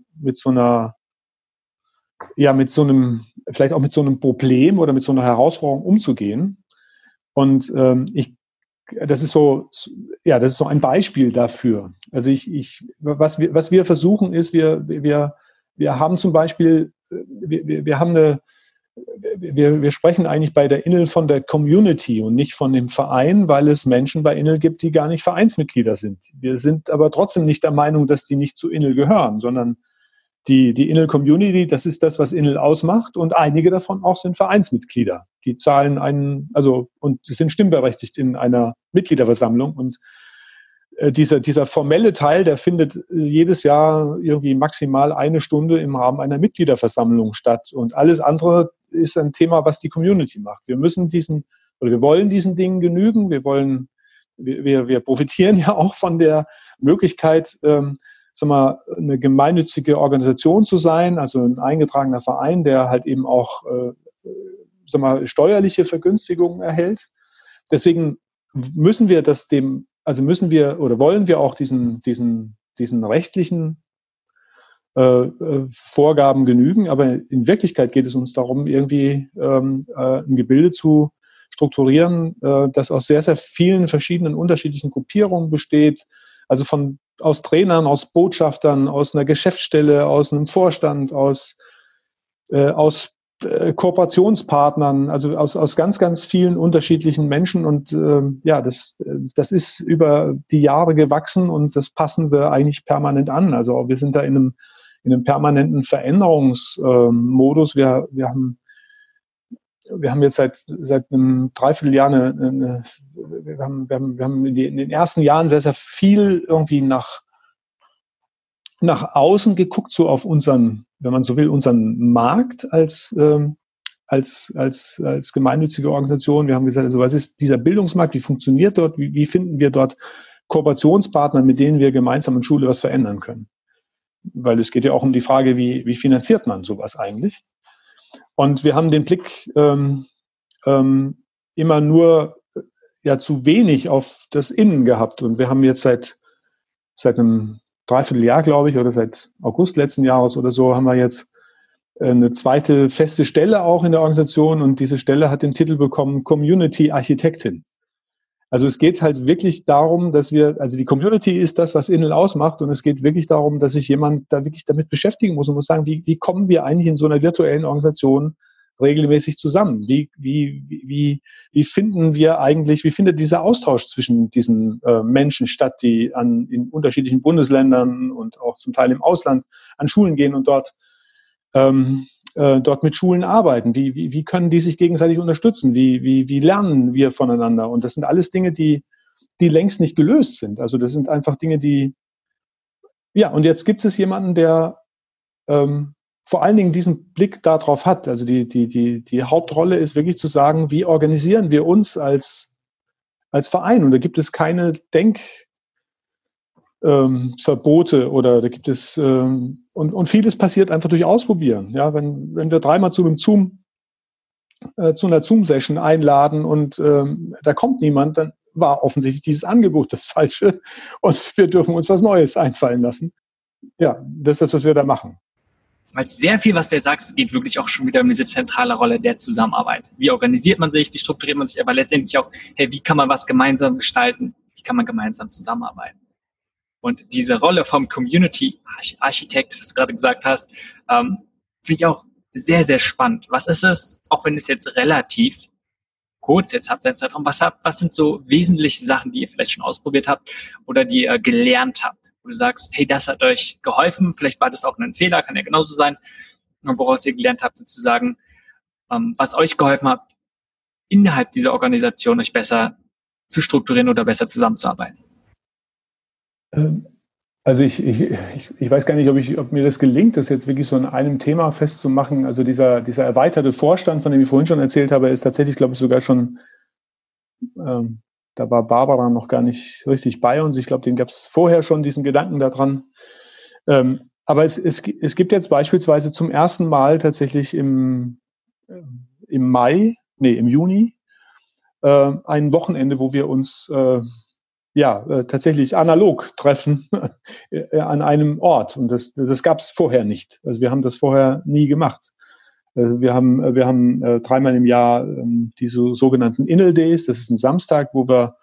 vielleicht auch mit so einem Problem oder mit so einer Herausforderung umzugehen. Und das ist so ein Beispiel dafür. Also was wir versuchen ist, wir haben zum Beispiel, wir sprechen eigentlich bei der Innl von der Community und nicht von dem Verein, weil es Menschen bei Innl gibt, die gar nicht Vereinsmitglieder sind. Wir sind aber trotzdem nicht der Meinung, dass die nicht zu Innl gehören, sondern die Inel-Community, das ist das, was Inel ausmacht, und einige davon auch sind Vereinsmitglieder. Die zahlen und sind stimmberechtigt in einer Mitgliederversammlung, und dieser formelle Teil, der findet jedes Jahr irgendwie maximal 1 Stunde im Rahmen einer Mitgliederversammlung statt, und alles andere ist ein Thema, was die Community macht. Wir wollen diesen Dingen genügen, wir profitieren ja auch von der Möglichkeit, eine gemeinnützige Organisation zu sein, also ein eingetragener Verein, der halt eben auch steuerliche Vergünstigungen erhält. Deswegen wollen wir auch diesen rechtlichen Vorgaben genügen, aber in Wirklichkeit geht es uns darum, irgendwie ein Gebilde zu strukturieren, das aus sehr, sehr vielen verschiedenen unterschiedlichen Gruppierungen besteht, also aus Trainern, aus Botschaftern, aus einer Geschäftsstelle, aus einem Vorstand, aus Kooperationspartnern, also aus ganz, ganz vielen unterschiedlichen Menschen, und das ist über die Jahre gewachsen, und das passen wir eigentlich permanent an. Also wir sind da in einem permanenten Veränderungsmodus. Wir haben jetzt seit einem Dreivierteljahr wir haben in den ersten Jahren sehr, sehr viel irgendwie nach außen geguckt, so auf unseren, wenn man so will, unseren Markt als gemeinnützige Organisation. Wir haben gesagt, also was ist dieser Bildungsmarkt, wie funktioniert dort, wie finden wir dort Kooperationspartner, mit denen wir gemeinsam in Schule was verändern können. Weil es geht ja auch um die Frage, wie finanziert man sowas eigentlich? Und wir haben den Blick immer nur zu wenig auf das Innen gehabt. Und wir haben jetzt seit einem Dreivierteljahr, glaube ich, oder seit August letzten Jahres oder so, haben wir jetzt eine zweite feste Stelle auch in der Organisation. Und diese Stelle hat den Titel bekommen Community Architektin. Also es geht halt wirklich darum, also die Community ist das, was Inel ausmacht, und es geht wirklich darum, dass sich jemand da wirklich damit beschäftigen muss und muss sagen, wie kommen wir eigentlich in so einer virtuellen Organisation regelmäßig zusammen? Wie findet dieser Austausch zwischen diesen Menschen statt, die in unterschiedlichen Bundesländern und auch zum Teil im Ausland an Schulen gehen und dort mit Schulen arbeiten? Wie können die sich gegenseitig unterstützen? Wie lernen wir voneinander? Und das sind alles Dinge, die längst nicht gelöst sind. Also das sind einfach Dinge, und jetzt gibt es jemanden, der vor allen Dingen diesen Blick darauf hat. Also die Hauptrolle ist wirklich zu sagen, wie organisieren wir uns als Verein? Und da gibt es keine Verbote, oder da gibt es und vieles passiert einfach durch Ausprobieren. Ja, wenn wir 3-mal zu einer Zoom-Session einladen und da kommt niemand, dann war offensichtlich dieses Angebot das Falsche, und wir dürfen uns was Neues einfallen lassen. Ja, das ist das, was wir da machen. Weil sehr viel, was du sagst, geht wirklich auch schon wieder um diese zentrale Rolle der Zusammenarbeit. Wie organisiert man sich, wie strukturiert man sich, aber letztendlich auch, wie kann man was gemeinsam gestalten, wie kann man gemeinsam zusammenarbeiten. Und diese Rolle vom Community-Architekt, was du gerade gesagt hast, finde ich auch sehr, sehr spannend. Was ist es, auch wenn es jetzt relativ kurz jetzt habt, einen Zeitraum, was sind so wesentliche Sachen, die ihr vielleicht schon ausprobiert habt oder die ihr gelernt habt, wo du sagst, hey, das hat euch geholfen, vielleicht war das auch ein Fehler, kann ja genauso sein, und woraus ihr gelernt habt, sozusagen, was euch geholfen hat, innerhalb dieser Organisation euch besser zu strukturieren oder besser zusammenzuarbeiten? Also ich weiß gar nicht, ob mir das gelingt, das jetzt wirklich so in einem Thema festzumachen. Also dieser erweiterte Vorstand, von dem ich vorhin schon erzählt habe, ist tatsächlich, glaube ich, sogar schon, da war Barbara noch gar nicht richtig bei uns. Ich glaube, den gab es vorher schon, diesen Gedanken daran. Aber es gibt jetzt beispielsweise zum ersten Mal tatsächlich im Juni ein Wochenende, wo wir uns tatsächlich analog treffen an einem Ort. Und das gab es vorher nicht. Also wir haben das vorher nie gemacht. Wir haben 3-mal im Jahr diese sogenannten Inel Days. Das ist ein Samstag, wo wir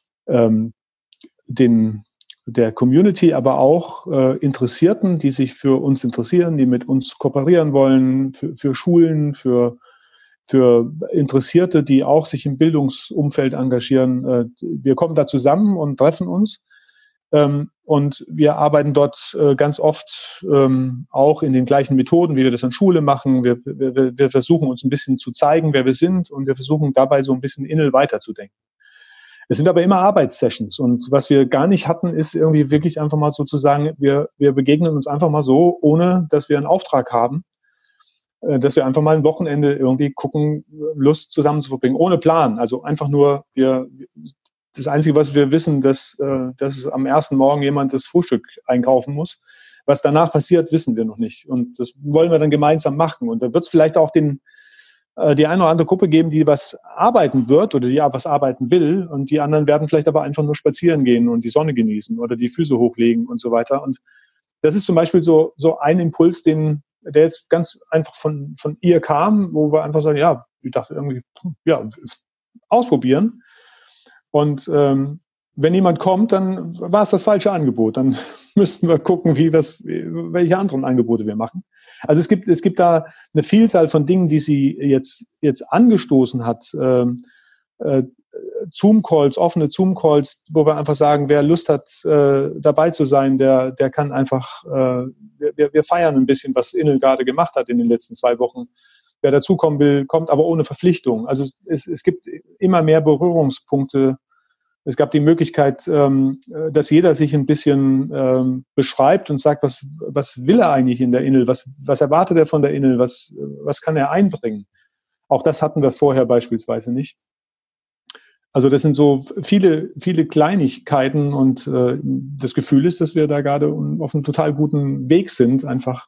der Community, aber auch Interessierten, die sich für uns interessieren, die mit uns kooperieren wollen, für Schulen, für Interessierte, die auch sich im Bildungsumfeld engagieren. Wir kommen da zusammen und treffen uns Und wir arbeiten dort ganz oft auch in den gleichen Methoden, wie wir das an Schule machen. Wir versuchen uns ein bisschen zu zeigen, wer wir sind, und wir versuchen dabei so ein bisschen Inel weiterzudenken. Es sind aber immer Arbeitssessions, und was wir gar nicht hatten, ist irgendwie wirklich einfach mal sozusagen, wir begegnen uns einfach mal so, ohne dass wir einen Auftrag haben, dass wir einfach mal ein Wochenende irgendwie gucken, Lust zusammen zu verbringen, ohne Plan. Also einfach nur, das Einzige, was wir wissen, dass am ersten Morgen jemand das Frühstück einkaufen muss. Was danach passiert, wissen wir noch nicht. Und das wollen wir dann gemeinsam machen. Und da wird es vielleicht auch die eine oder andere Gruppe geben, die was arbeiten wird oder die was arbeiten will. Und die anderen werden vielleicht aber einfach nur spazieren gehen und die Sonne genießen oder die Füße hochlegen und so weiter. Und das ist zum Beispiel so ein Impuls, der jetzt ganz einfach von ihr kam, wo wir einfach sagen, ja, ich dachte irgendwie, ja, ausprobieren. Und wenn jemand kommt, dann war es das falsche Angebot. Dann müssten wir gucken, welche anderen Angebote wir machen. Also es gibt da eine Vielzahl von Dingen, die sie jetzt angestoßen hat. Zoom-Calls, offene Zoom-Calls, wo wir einfach sagen, wer Lust hat, dabei zu sein, der kann einfach, wir feiern ein bisschen, was Inel gerade gemacht hat in den letzten 2 Wochen. Wer dazukommen will, kommt aber ohne Verpflichtung. Also es gibt immer mehr Berührungspunkte. Es gab die Möglichkeit, dass jeder sich ein bisschen beschreibt und sagt, was will er eigentlich in der Inel? Was erwartet er von der Inel? Was kann er einbringen? Auch das hatten wir vorher beispielsweise nicht. Also das sind so viele, viele Kleinigkeiten, und das Gefühl ist, dass wir da gerade auf einem total guten Weg sind, einfach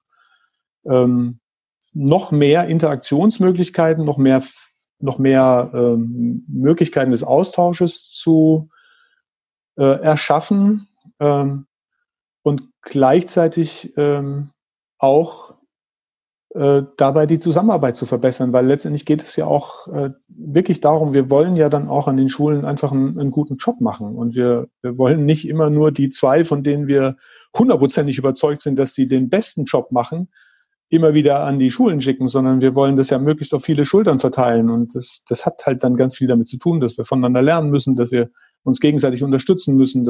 noch mehr Interaktionsmöglichkeiten, noch mehr Möglichkeiten des Austausches zu erschaffen, und gleichzeitig auch dabei die Zusammenarbeit zu verbessern, weil letztendlich geht es ja auch wirklich darum, wir wollen ja dann auch an den Schulen einfach einen guten Job machen, und wir wollen nicht immer nur die 2, von denen wir 100%ig überzeugt sind, dass sie den besten Job machen, immer wieder an die Schulen schicken, sondern wir wollen das ja möglichst auf viele Schultern verteilen, und das hat halt dann ganz viel damit zu tun, dass wir voneinander lernen müssen, dass wir uns gegenseitig unterstützen müssen,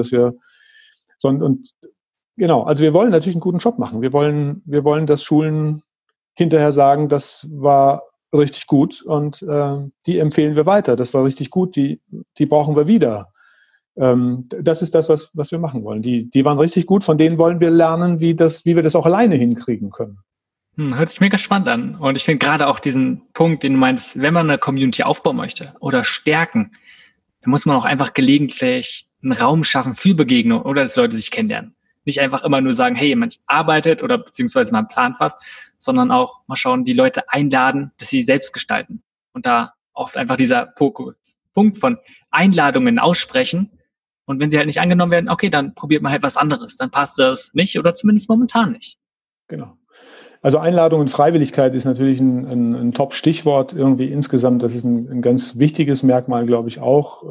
genau, also wir wollen natürlich einen guten Job machen. Wir wollen, dass Schulen hinterher sagen, das war richtig gut, und die empfehlen wir weiter. Das war richtig gut, die brauchen wir wieder. Das ist das, was wir machen wollen. Die waren richtig gut, von denen wollen wir lernen, wie wir das auch alleine hinkriegen können. Hört sich mega spannend an. Und ich finde gerade auch diesen Punkt, den du meinst, wenn man eine Community aufbauen möchte oder stärken, dann muss man auch einfach gelegentlich einen Raum schaffen für Begegnung oder dass Leute sich kennenlernen. Nicht einfach immer nur sagen, hey, jemand arbeitet oder beziehungsweise man plant was, sondern auch mal schauen, die Leute einladen, dass sie selbst gestalten. Und da oft einfach dieser Punkt von Einladungen aussprechen. Und wenn sie halt nicht angenommen werden, okay, dann probiert man halt was anderes. Dann passt das nicht oder zumindest momentan nicht. Genau. Also Einladung und Freiwilligkeit ist natürlich ein Top-Stichwort irgendwie insgesamt. Das ist ein ganz wichtiges Merkmal, glaube ich, auch.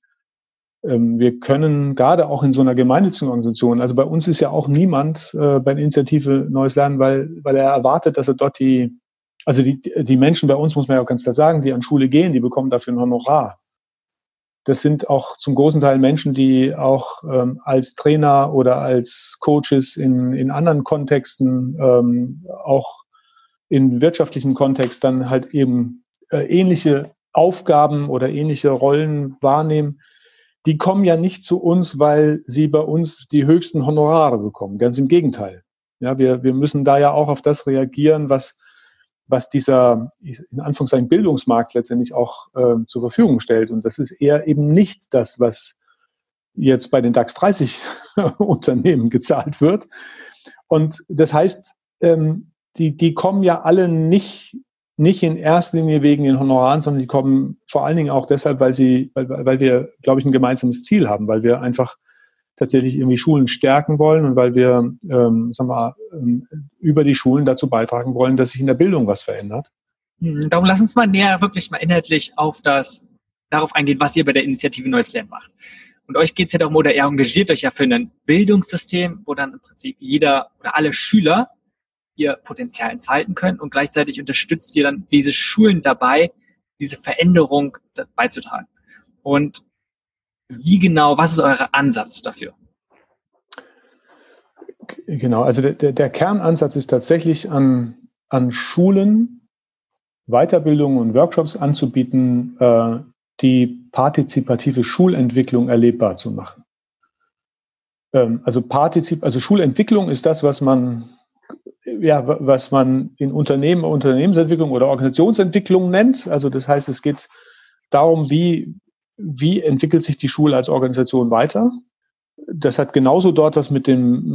Wir können gerade auch in so einer gemeinnützigen Organisation, also bei uns ist ja auch niemand bei der Initiative Neues Lernen, weil er erwartet, dass er dort die Menschen bei uns, muss man ja auch ganz klar sagen, die an Schule gehen, die bekommen dafür ein Honorar. Das sind auch zum großen Teil Menschen, die auch als Trainer oder als Coaches in anderen Kontexten, auch in wirtschaftlichen Kontext dann halt eben ähnliche Aufgaben oder ähnliche Rollen wahrnehmen. Die kommen ja nicht zu uns, weil sie bei uns die höchsten Honorare bekommen. Ganz im Gegenteil. Ja, wir müssen da ja auch auf das reagieren, was dieser, in Anführungszeichen, Bildungsmarkt letztendlich auch zur Verfügung stellt. Und das ist eher eben nicht das, was jetzt bei den DAX 30 Unternehmen gezahlt wird. Und das heißt, die kommen ja alle nicht in erster Linie wegen den Honoraren, sondern die kommen vor allen Dingen auch deshalb, weil wir, glaube ich, ein gemeinsames Ziel haben, weil wir einfach tatsächlich irgendwie Schulen stärken wollen und weil wir, über die Schulen dazu beitragen wollen, dass sich in der Bildung was verändert. Darum lass uns mal näher wirklich mal inhaltlich darauf eingehen, was ihr bei der Initiative Neues Lernen macht. Und euch geht es ja darum, oder ihr engagiert euch ja für ein Bildungssystem, wo dann im Prinzip jeder oder alle Schüler ihr Potenzial entfalten können, und gleichzeitig unterstützt ihr dann diese Schulen dabei, diese Veränderung beizutragen. Und wie genau, was ist euer Ansatz dafür? Genau, also der Kernansatz ist tatsächlich an Schulen Weiterbildungen und Workshops anzubieten, die partizipative Schulentwicklung erlebbar zu machen. Also Schulentwicklung ist das, was man in Unternehmensentwicklung oder Organisationsentwicklung nennt. Also das heißt, es geht darum, wie entwickelt sich die Schule als Organisation weiter. Das hat genauso dort was mit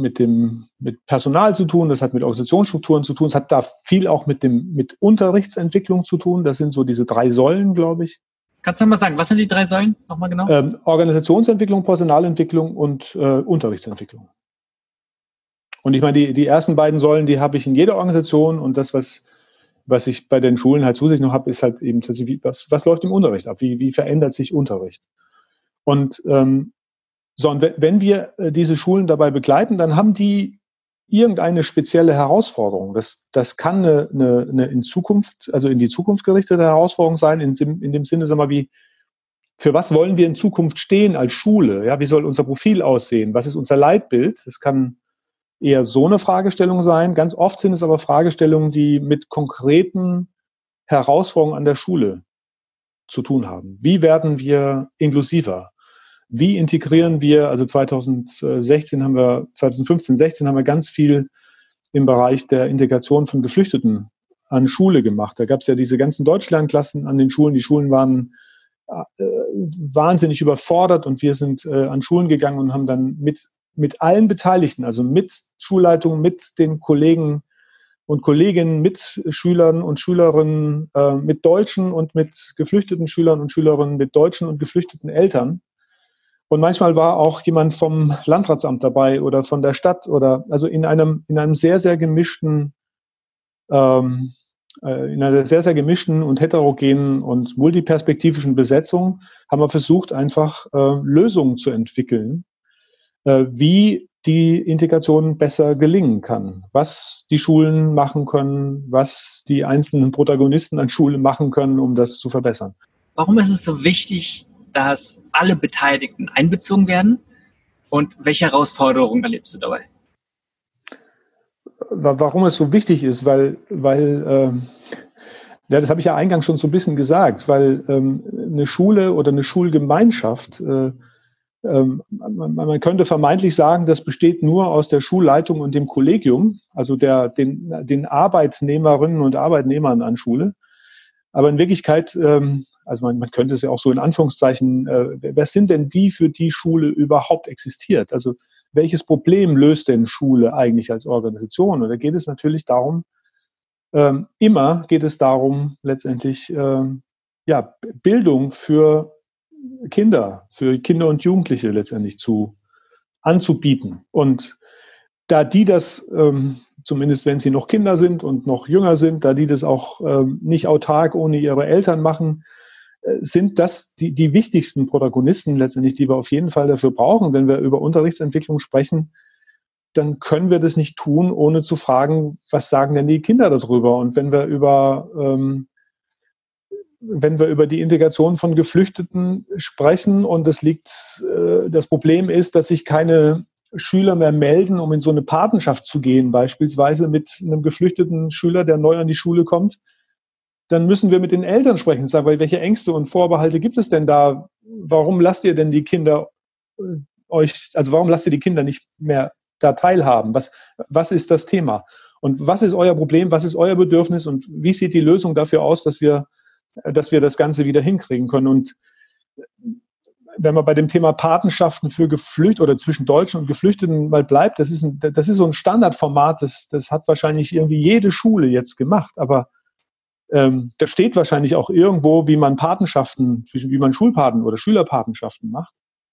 Personal zu tun, das hat mit Organisationsstrukturen zu tun, es hat da viel auch mit Unterrichtsentwicklung zu tun. Das sind so diese 3 Säulen, glaube ich. Kannst du mal sagen, was sind die 3 Säulen nochmal genau? Organisationsentwicklung, Personalentwicklung und Unterrichtsentwicklung. Und ich meine, die ersten beiden Säulen, die habe ich in jeder Organisation, und das, was ich bei den Schulen halt zusätzlich noch habe, ist halt eben, was läuft im Unterricht ab? Wie verändert sich Unterricht? Und wenn wir diese Schulen dabei begleiten, dann haben die irgendeine spezielle Herausforderung. Das kann eine in die Zukunft gerichtete Herausforderung sein, in dem Sinne, sag mal, für was wollen wir in Zukunft stehen als Schule? Ja, wie soll unser Profil aussehen? Was ist unser Leitbild? Das kann eher so eine Fragestellung sein. Ganz oft sind es aber Fragestellungen, die mit konkreten Herausforderungen an der Schule zu tun haben. Wie werden wir inklusiver? Wie integrieren wir, also 2015, 16 haben wir ganz viel im Bereich der Integration von Geflüchteten an Schule gemacht. Da gab es ja diese ganzen Deutschlandklassen an den Schulen. Die Schulen waren wahnsinnig überfordert, und wir sind an Schulen gegangen und haben dann mit allen Beteiligten, also mit Schulleitungen, mit den Kollegen und Kolleginnen, mit Schülern und Schülerinnen, mit Deutschen und mit geflüchteten Schülern und Schülerinnen, mit deutschen und geflüchteten Eltern. Und manchmal war auch jemand vom Landratsamt dabei oder von der Stadt, oder also in einem sehr, sehr gemischten, in einer sehr, sehr gemischten und heterogenen und multiperspektivischen Besetzung haben wir versucht, einfach Lösungen zu entwickeln, wie die Integration besser gelingen kann, was die Schulen machen können, was die einzelnen Protagonisten an Schulen machen können, um das zu verbessern. Warum ist es so wichtig, dass alle Beteiligten einbezogen werden, und welche Herausforderungen erlebst du dabei? Warum es so wichtig ist, weil das habe ich ja eingangs schon so ein bisschen gesagt, weil eine Schule oder eine Schulgemeinschaft, man könnte vermeintlich sagen, das besteht nur aus der Schulleitung und dem Kollegium, also den Arbeitnehmerinnen und Arbeitnehmern an Schule. Aber in Wirklichkeit, also man könnte es ja auch so in Anführungszeichen, wer sind denn die, für die Schule überhaupt existiert? Also welches Problem löst denn Schule eigentlich als Organisation? Und da geht es natürlich darum, letztendlich Bildung für Kinder und Jugendliche letztendlich anzubieten. Und da die das, zumindest wenn sie noch Kinder sind und noch jünger sind, da die das auch nicht autark ohne ihre Eltern machen, sind das die wichtigsten Protagonisten letztendlich, die wir auf jeden Fall dafür brauchen. Wenn wir über Unterrichtsentwicklung sprechen, dann können wir das nicht tun, ohne zu fragen, was sagen denn die Kinder darüber? Und wenn wir über die Integration von Geflüchteten sprechen und das Problem ist, dass sich keine Schüler mehr melden, um in so eine Patenschaft zu gehen, beispielsweise mit einem geflüchteten Schüler, der neu an die Schule kommt, dann müssen wir mit den Eltern sprechen und sagen, welche Ängste und Vorbehalte gibt es denn da? Warum lasst ihr denn die Kinder warum lasst ihr die Kinder nicht mehr da teilhaben? Was ist das Thema? Und was ist euer Problem? Was ist euer Bedürfnis? Und wie sieht die Lösung dafür aus, dass wir das Ganze wieder hinkriegen können? Und wenn man bei dem Thema Patenschaften für Geflüchtete oder zwischen Deutschen und Geflüchteten mal bleibt, das ist so ein Standardformat, das hat wahrscheinlich irgendwie jede Schule jetzt gemacht, aber da steht wahrscheinlich auch irgendwo, wie man Schulpaten oder Schülerpatenschaften macht.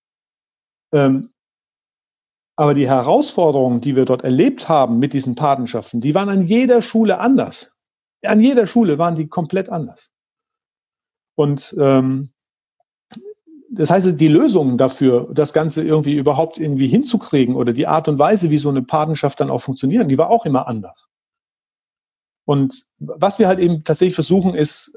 Aber die Herausforderungen, die wir dort erlebt haben mit diesen Patenschaften, die waren an jeder Schule anders. An jeder Schule waren die komplett anders. Und das heißt, die Lösung dafür, das Ganze überhaupt hinzukriegen, oder die Art und Weise, wie so eine Patenschaft dann auch funktioniert, die war auch immer anders. Und was wir halt eben tatsächlich versuchen, ist,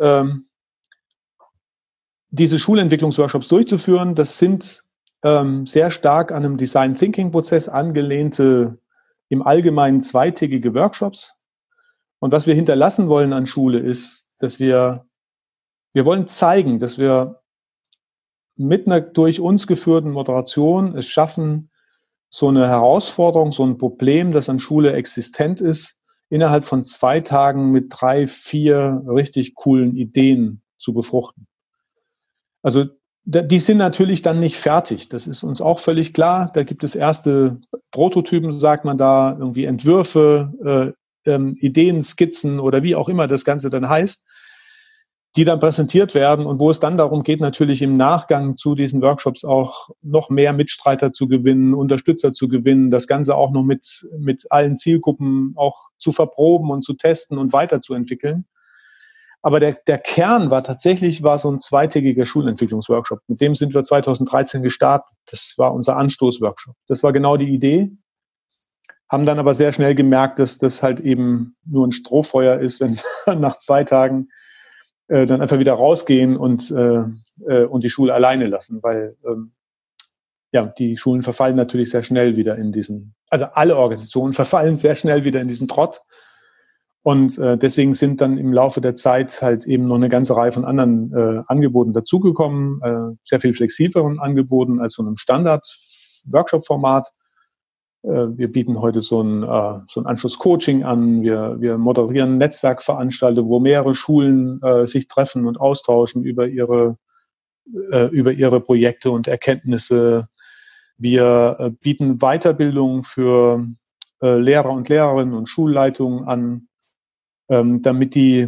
diese Schulentwicklungsworkshops durchzuführen. Das sind sehr stark an einem Design-Thinking-Prozess angelehnte im Allgemeinen zweitägige Workshops. Und was wir hinterlassen wollen an Schule ist, dass wir wollen zeigen, dass wir mit einer durch uns geführten Moderation es schaffen, so eine Herausforderung, so ein Problem, das an Schule existent ist, innerhalb von 2 Tagen mit 3, 4 richtig coolen Ideen zu befruchten. Also die sind natürlich dann nicht fertig. Das ist uns auch völlig klar. Da gibt es erste Prototypen, sagt man da, irgendwie Entwürfe, Ideen, Skizzen oder wie auch immer das Ganze dann heißt, die dann präsentiert werden und wo es dann darum geht, natürlich im Nachgang zu diesen Workshops auch noch mehr Mitstreiter zu gewinnen, Unterstützer zu gewinnen, das Ganze auch noch mit allen Zielgruppen auch zu verproben und zu testen und weiterzuentwickeln. Aber der Kern war so ein zweitägiger Schulentwicklungsworkshop. Mit dem sind wir 2013 gestartet. Das war unser Anstoßworkshop. Das war genau die Idee. Haben dann aber sehr schnell gemerkt, dass das halt eben nur ein Strohfeuer ist, wenn wir nach 2 Tagen dann einfach wieder rausgehen und die Schule alleine lassen, weil die Schulen verfallen natürlich sehr schnell wieder also alle Organisationen verfallen sehr schnell wieder in diesen Trott. Und deswegen sind dann im Laufe der Zeit halt eben noch eine ganze Reihe von anderen Angeboten dazugekommen, sehr viel flexibleren Angeboten als so einem Standard-Workshop-Format. Wir bieten heute so ein Anschluss-Coaching an. Wir moderieren Netzwerkveranstaltungen, wo mehrere Schulen sich treffen und austauschen über ihre Projekte und Erkenntnisse. Wir bieten Weiterbildung für Lehrer und Lehrerinnen und Schulleitungen an, damit die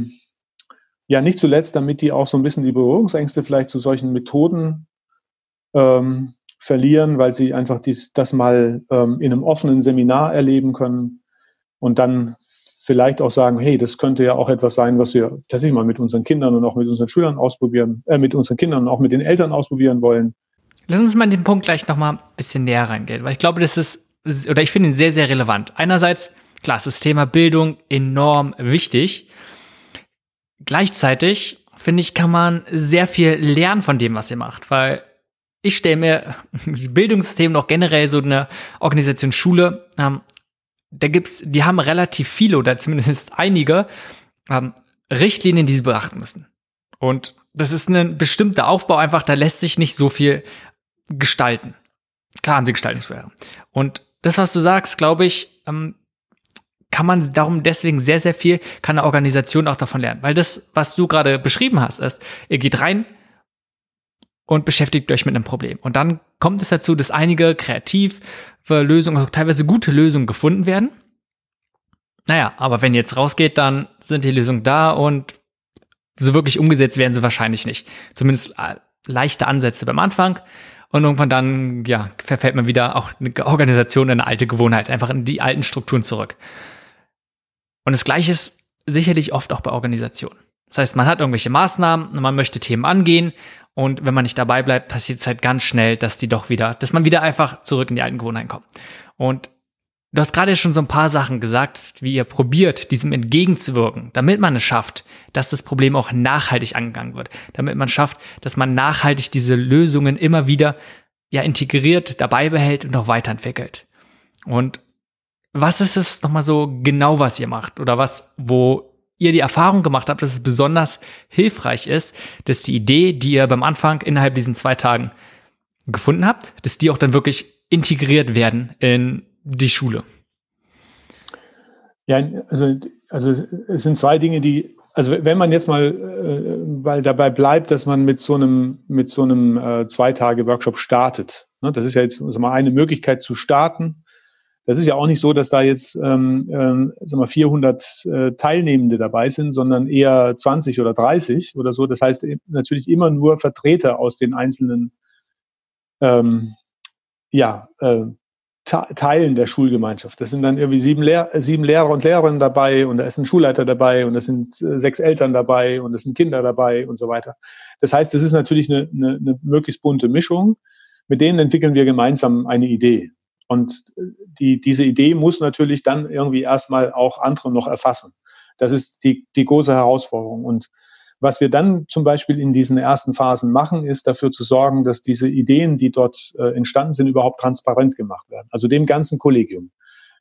auch so ein bisschen die Berührungsängste vielleicht zu solchen Methoden verlieren, weil sie einfach das mal in einem offenen Seminar erleben können und dann vielleicht auch sagen, hey, das könnte ja auch etwas sein, was wir tatsächlich mal mit unseren Kindern und auch mit unseren Schülern ausprobieren, mit unseren Kindern und auch mit den Eltern ausprobieren wollen. Lass uns mal in den Punkt gleich nochmal ein bisschen näher reingehen, weil ich glaube, ich finde ihn sehr, sehr relevant. Einerseits, klar, ist das Thema Bildung enorm wichtig. Gleichzeitig, finde ich, kann man sehr viel lernen von dem, was ihr macht, weil ich stelle mir Bildungssystem noch generell so eine Organisation Schule, die haben relativ viele oder zumindest einige Richtlinien, die sie beachten müssen. Und das ist ein bestimmter Aufbau einfach, da lässt sich nicht so viel gestalten. Klar haben sie Gestaltungsfreiheit. Und das, was du sagst, glaube ich, kann man darum deswegen sehr, sehr viel, kann eine Organisation auch davon lernen. Weil das, was du gerade beschrieben hast, ist, ihr geht rein und beschäftigt euch mit einem Problem. Und dann kommt es dazu, dass einige kreative Lösungen, also teilweise gute Lösungen gefunden werden. Naja, aber wenn ihr jetzt rausgeht, dann sind die Lösungen da und so wirklich umgesetzt werden sie wahrscheinlich nicht. Zumindest leichte Ansätze beim Anfang. Und irgendwann dann, verfällt man wieder auch eine Organisation in eine alte Gewohnheit, einfach in die alten Strukturen zurück. Und das Gleiche ist sicherlich oft auch bei Organisationen. Das heißt, man hat irgendwelche Maßnahmen und man möchte Themen angehen. Und wenn man nicht dabei bleibt, passiert es halt ganz schnell, dass man wieder einfach zurück in die alten Gewohnheiten kommt. Und du hast gerade schon so ein paar Sachen gesagt, wie ihr probiert, diesem entgegenzuwirken, damit man es schafft, dass das Problem auch nachhaltig angegangen wird. Damit man schafft, dass man nachhaltig diese Lösungen immer wieder integriert, dabei behält und auch weiterentwickelt. Und was ist es nochmal so genau, was ihr macht? Oder wo ihr die Erfahrung gemacht habt, dass es besonders hilfreich ist, dass die Idee, die ihr beim Anfang innerhalb diesen 2 Tagen gefunden habt, dass die auch dann wirklich integriert werden in die Schule? Ja, also es sind 2 Dinge, also wenn man jetzt mal weil dabei bleibt, dass man mit so einem 2-Tage-Workshop startet, ne? Das ist ja jetzt mal eine Möglichkeit zu starten. Das ist ja auch nicht so, dass da jetzt 400 Teilnehmende dabei sind, sondern eher 20 oder 30 oder so. Das heißt natürlich immer nur Vertreter aus den einzelnen Teilen der Schulgemeinschaft. Das sind dann irgendwie 7 Lehrer und Lehrerinnen dabei und da ist ein Schulleiter dabei und es sind 6 Eltern dabei und es sind Kinder dabei und so weiter. Das heißt, das ist natürlich eine möglichst bunte Mischung. Mit denen entwickeln wir gemeinsam eine Idee. Und diese Idee muss natürlich dann irgendwie erstmal auch andere noch erfassen. Das ist die große Herausforderung. Und was wir dann zum Beispiel in diesen ersten Phasen machen, ist dafür zu sorgen, dass diese Ideen, die dort entstanden sind, überhaupt transparent gemacht werden. Also dem ganzen Kollegium.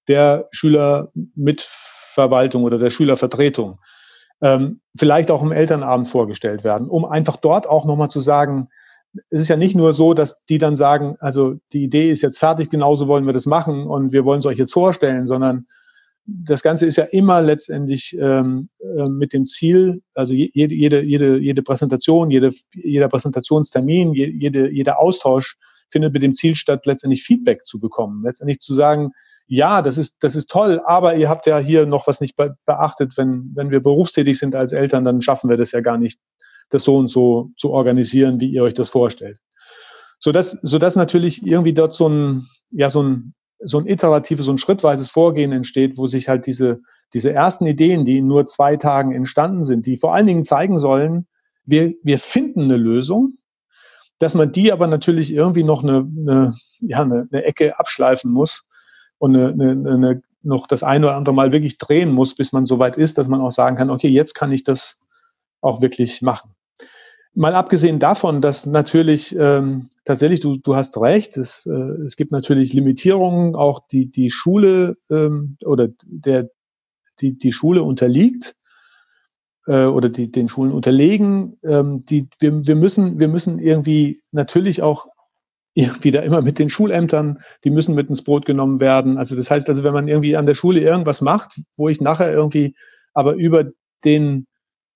der Schülermitverwaltung oder der Schülervertretung, vielleicht auch im Elternabend vorgestellt werden, um einfach dort auch nochmal zu sagen, es ist ja nicht nur so, dass die dann sagen, also die Idee ist jetzt fertig, genauso wollen wir das machen und wir wollen es euch jetzt vorstellen, sondern das Ganze ist ja immer letztendlich mit dem Ziel, also jede Präsentation, jeder Präsentationstermin, jeder Austausch findet mit dem Ziel statt, letztendlich Feedback zu bekommen. Letztendlich zu sagen, ja, das ist toll, aber ihr habt ja hier noch was nicht beachtet. Wenn wir berufstätig sind als Eltern, dann schaffen wir das ja gar nicht, das so und so zu organisieren, wie ihr euch das vorstellt. Sodass natürlich irgendwie dort so ein iteratives, so ein schrittweises Vorgehen entsteht, wo sich halt diese ersten Ideen, die in nur 2 Tagen entstanden sind, die vor allen Dingen zeigen sollen, wir finden eine Lösung, dass man die aber natürlich irgendwie noch eine Ecke abschleifen muss und noch das eine oder andere Mal wirklich drehen muss, bis man so weit ist, dass man auch sagen kann, okay, jetzt kann ich das auch wirklich machen. Mal abgesehen davon, dass natürlich tatsächlich, du hast recht, es gibt natürlich Limitierungen, auch die Schule oder die Schule unterliegt oder den Schulen unterlegen. Wir müssen irgendwie natürlich auch wieder immer mit den Schulämtern, die müssen mit ins Boot genommen werden. Also das heißt, wenn man irgendwie an der Schule irgendwas macht, wo ich nachher irgendwie aber über den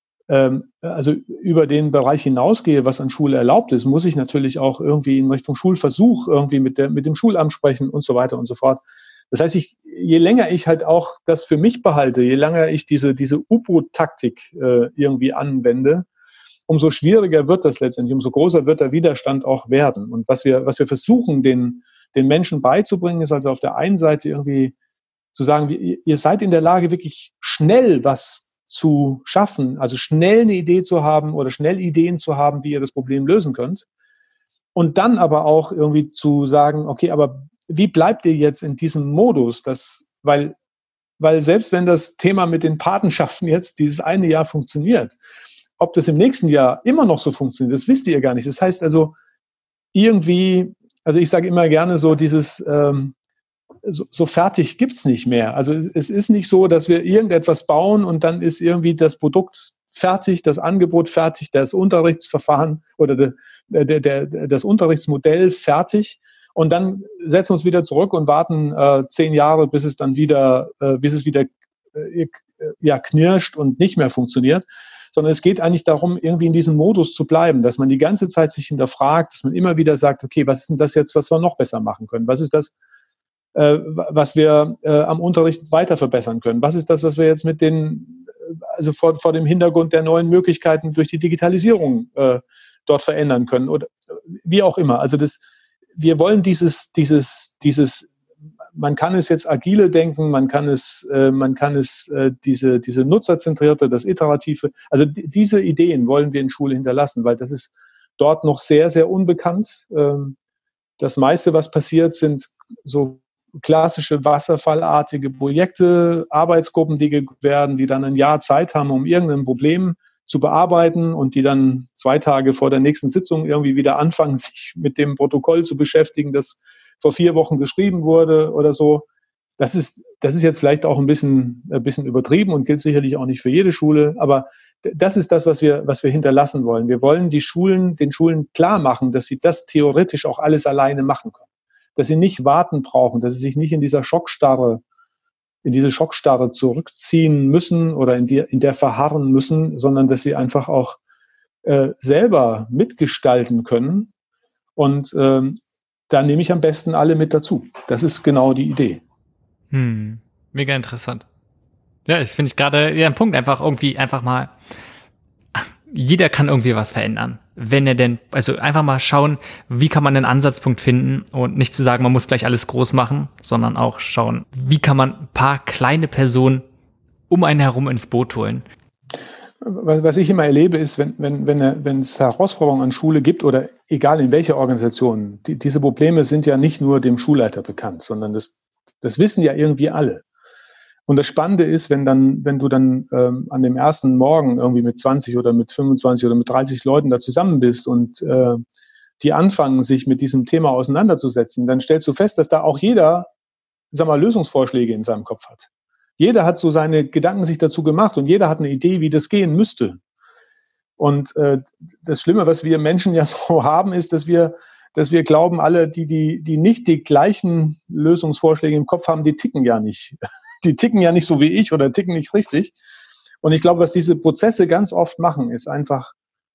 Bereich hinausgehe, was an Schule erlaubt ist, muss ich natürlich auch irgendwie in Richtung Schulversuch irgendwie mit dem Schulamt sprechen und so weiter und so fort. Das heißt, je länger ich halt auch das für mich behalte, je länger ich diese U-Boot-Taktik irgendwie anwende, umso schwieriger wird das letztendlich, umso größer wird der Widerstand auch werden. Und was wir versuchen, den Menschen beizubringen, ist also auf der einen Seite irgendwie zu sagen, ihr seid in der Lage, wirklich schnell was zu schaffen, also schnell eine Idee zu haben oder schnell Ideen zu haben, wie ihr das Problem lösen könnt. Und dann aber auch irgendwie zu sagen, okay, aber wie bleibt ihr jetzt in diesem Modus? Weil selbst wenn das Thema mit den Patenschaften jetzt dieses eine Jahr funktioniert, ob das im nächsten Jahr immer noch so funktioniert, das wisst ihr gar nicht. Das heißt also irgendwie, also ich sage immer gerne so dieses so fertig gibt's nicht mehr. Also es ist nicht so, dass wir irgendetwas bauen und dann ist irgendwie das Produkt fertig, das Angebot fertig, das Unterrichtsverfahren oder das Unterrichtsmodell fertig und dann setzen wir uns wieder zurück und warten 10 Jahre, bis es wieder knirscht und nicht mehr funktioniert. Sondern es geht eigentlich darum, irgendwie in diesem Modus zu bleiben, dass man die ganze Zeit sich hinterfragt, dass man immer wieder sagt, okay, was ist denn das jetzt, was wir noch besser machen können? Was ist das, was wir am Unterricht weiter verbessern können? Was ist das, was wir jetzt also vor dem Hintergrund der neuen Möglichkeiten durch die Digitalisierung dort verändern können oder wie auch immer? Also wir wollen dieses, man kann es jetzt agile denken, man kann es diese nutzerzentrierte, das iterative, also diese Ideen wollen wir in Schule hinterlassen, weil das ist dort noch sehr, sehr unbekannt. Das meiste, was passiert, sind so klassische wasserfallartige Projekte, Arbeitsgruppen, die werden, die dann ein Jahr Zeit haben, um irgendein Problem zu bearbeiten und die dann 2 Tage vor der nächsten Sitzung irgendwie wieder anfangen, sich mit dem Protokoll zu beschäftigen, das vor 4 Wochen geschrieben wurde oder so. Das ist jetzt vielleicht auch ein bisschen übertrieben und gilt sicherlich auch nicht für jede Schule, aber das ist das, was wir hinterlassen wollen. Wir wollen den Schulen klar machen, dass sie das theoretisch auch alles alleine machen können. Dass sie nicht warten brauchen, dass sie sich nicht in diese Schockstarre zurückziehen müssen oder in der verharren müssen, sondern dass sie einfach auch selber mitgestalten können. Und da nehme ich am besten alle mit dazu. Das ist genau die Idee. Mega interessant. Ja, das finde ich gerade ein Punkt, einfach mal, jeder kann irgendwie was verändern. Wenn er denn, also einfach mal schauen, wie kann man einen Ansatzpunkt finden und nicht zu sagen, man muss gleich alles groß machen, sondern auch schauen, wie kann man ein paar kleine Personen um einen herum ins Boot holen. Was ich immer erlebe, ist, wenn es Herausforderungen an Schule gibt oder egal in welcher Organisation, diese Probleme sind ja nicht nur dem Schulleiter bekannt, sondern das wissen ja irgendwie alle. Und das Spannende ist, wenn du dann an dem ersten Morgen irgendwie mit 20 oder mit 25 oder mit 30 Leuten da zusammen bist und die anfangen, sich mit diesem Thema auseinanderzusetzen, dann stellst du fest, dass da auch jeder Lösungsvorschläge in seinem Kopf hat. Jeder hat so seine Gedanken sich dazu gemacht und jeder hat eine Idee, wie das gehen müsste. Und das Schlimme, was wir Menschen ja so haben, ist, dass wir glauben, alle, die nicht die gleichen Lösungsvorschläge im Kopf haben, die ticken ja nicht. Die ticken ja nicht so wie ich oder ticken nicht richtig. Und ich glaube, was diese Prozesse ganz oft machen, ist einfach,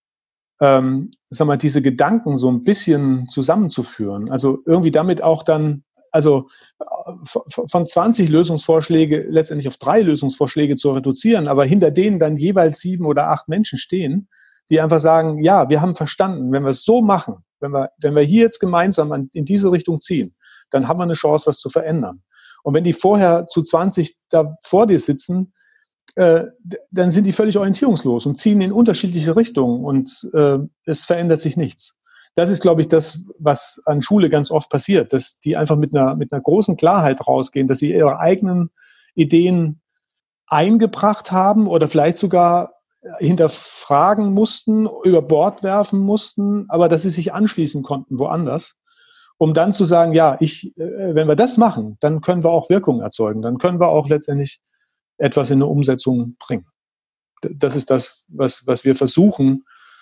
diese Gedanken so ein bisschen zusammenzuführen. Also irgendwie damit auch dann, also von 20 Lösungsvorschläge letztendlich auf 3 Lösungsvorschläge zu reduzieren, aber hinter denen dann jeweils 7 oder 8 Menschen stehen, die einfach sagen, ja, wir haben verstanden, wenn wir es so machen, wenn wir hier jetzt gemeinsam in diese Richtung ziehen, dann haben wir eine Chance, was zu verändern. Und wenn die vorher zu 20 da vor dir sitzen, dann sind die völlig orientierungslos und ziehen in unterschiedliche Richtungen und es verändert sich nichts. Das ist, glaube ich, das, was an Schule ganz oft passiert, dass die einfach mit einer großen Klarheit rausgehen, dass sie ihre eigenen Ideen eingebracht haben oder vielleicht sogar hinterfragen mussten, über Bord werfen mussten, aber dass sie sich anschließen konnten woanders, um dann zu sagen, ja, wenn wir das machen, dann können wir auch Wirkung erzeugen, dann können wir auch letztendlich etwas in eine Umsetzung bringen. Das ist das, was wir versuchen,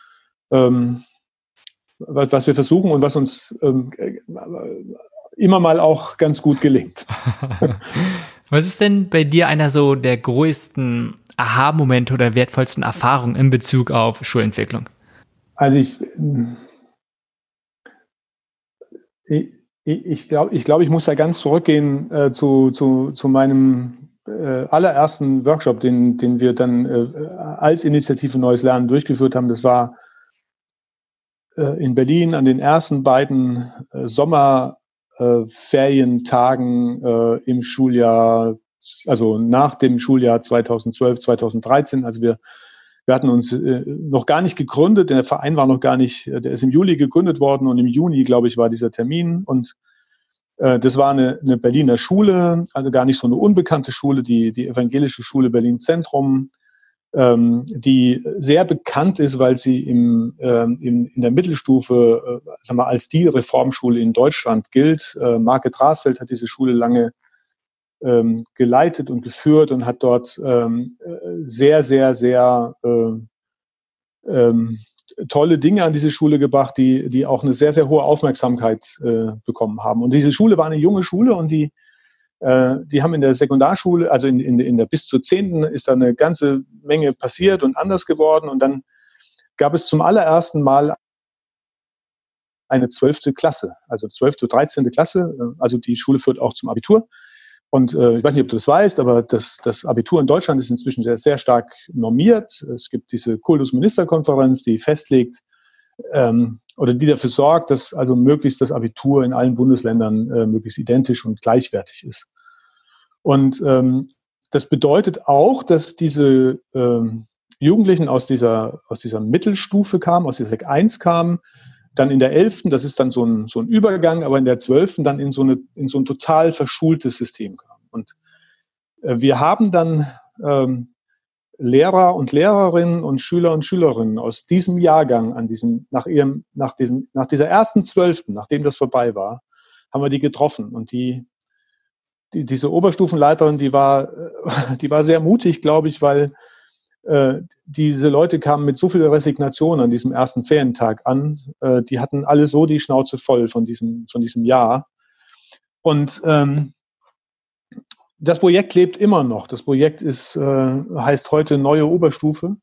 was wir versuchen und was uns immer mal auch ganz gut gelingt. Was ist denn bei dir einer so der größten Aha-Momente oder wertvollsten Erfahrungen in Bezug auf Schulentwicklung? Also ich glaube, ich muss da ganz zurückgehen zu meinem allerersten Workshop, den wir dann als Initiative Neues Lernen durchgeführt haben. Das war in Berlin an den ersten beiden Sommerferientagen im Schuljahr, also nach dem Schuljahr 2012, 2013. Also wir hatten uns noch gar nicht gegründet, der Verein war noch gar nicht, der ist im Juli gegründet worden und im Juni, glaube ich, war dieser Termin und das war eine Berliner Schule, also gar nicht so eine unbekannte Schule, die Evangelische Schule Berlin Zentrum, die sehr bekannt ist, weil sie in der Mittelstufe als die Reformschule in Deutschland gilt. Margret Rasfeld hat diese Schule lange geleitet und geführt und hat dort sehr, sehr, sehr tolle Dinge an diese Schule gebracht, die auch eine sehr, sehr hohe Aufmerksamkeit bekommen haben. Und diese Schule war eine junge Schule und die haben in der Sekundarschule, also in der bis zur 10. ist da eine ganze Menge passiert und anders geworden. Und dann gab es zum allerersten Mal eine 12. Klasse, also 12. 13. Klasse. Also die Schule führt auch zum Abitur. Und ich weiß nicht, ob du das weißt, aber das Abitur in Deutschland ist inzwischen sehr, sehr stark normiert. Es gibt diese Kultusministerkonferenz, die festlegt oder die dafür sorgt, dass also möglichst das Abitur in allen Bundesländern möglichst identisch und gleichwertig ist. Und das bedeutet auch, dass diese Jugendlichen aus dieser Mittelstufe kamen, aus der Sek 1 kamen, dann in der 11., das ist dann so ein Übergang, aber in der 12. dann in so ein total verschultes System kam. Und wir haben dann Lehrer und Lehrerinnen und Schüler und Schülerinnen aus diesem Jahrgang nach dieser ersten 12., nachdem das vorbei war, haben wir die getroffen. Und diese Oberstufenleiterin, die war sehr mutig, glaube ich, weil diese Leute kamen mit so viel Resignation an diesem ersten Ferientag an. Die hatten alle so die Schnauze voll von diesem Jahr. Und das Projekt lebt immer noch. Das Projekt heißt heute Neue Oberstufe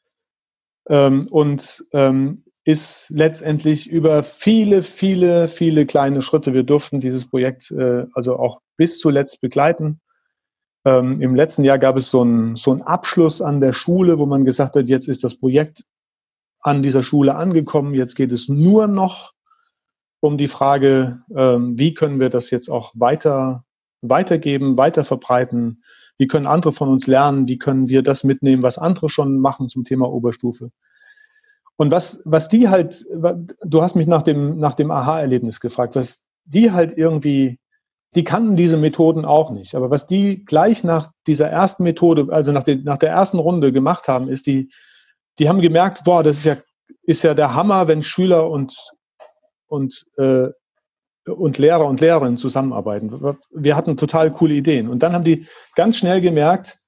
und ist letztendlich über viele, viele, viele kleine Schritte. Wir durften dieses Projekt also auch bis zuletzt begleiten. Im letzten Jahr gab es so einen Abschluss an der Schule, wo man gesagt hat, jetzt ist das Projekt an dieser Schule angekommen. Jetzt geht es nur noch um die Frage, wie können wir das jetzt auch weitergeben, weiter verbreiten? Wie können andere von uns lernen? Wie können wir das mitnehmen, was andere schon machen zum Thema Oberstufe? Und was die halt, du hast mich nach dem Aha-Erlebnis gefragt, was die halt irgendwie, die kannten diese Methoden auch nicht. Aber was die gleich nach dieser ersten Methode, also nach der ersten Runde gemacht haben, ist, die haben gemerkt, boah, das ist ja der Hammer, wenn Schüler und und Lehrer und Lehrerinnen zusammenarbeiten. Wir hatten total coole Ideen. Und dann haben die ganz schnell gemerkt,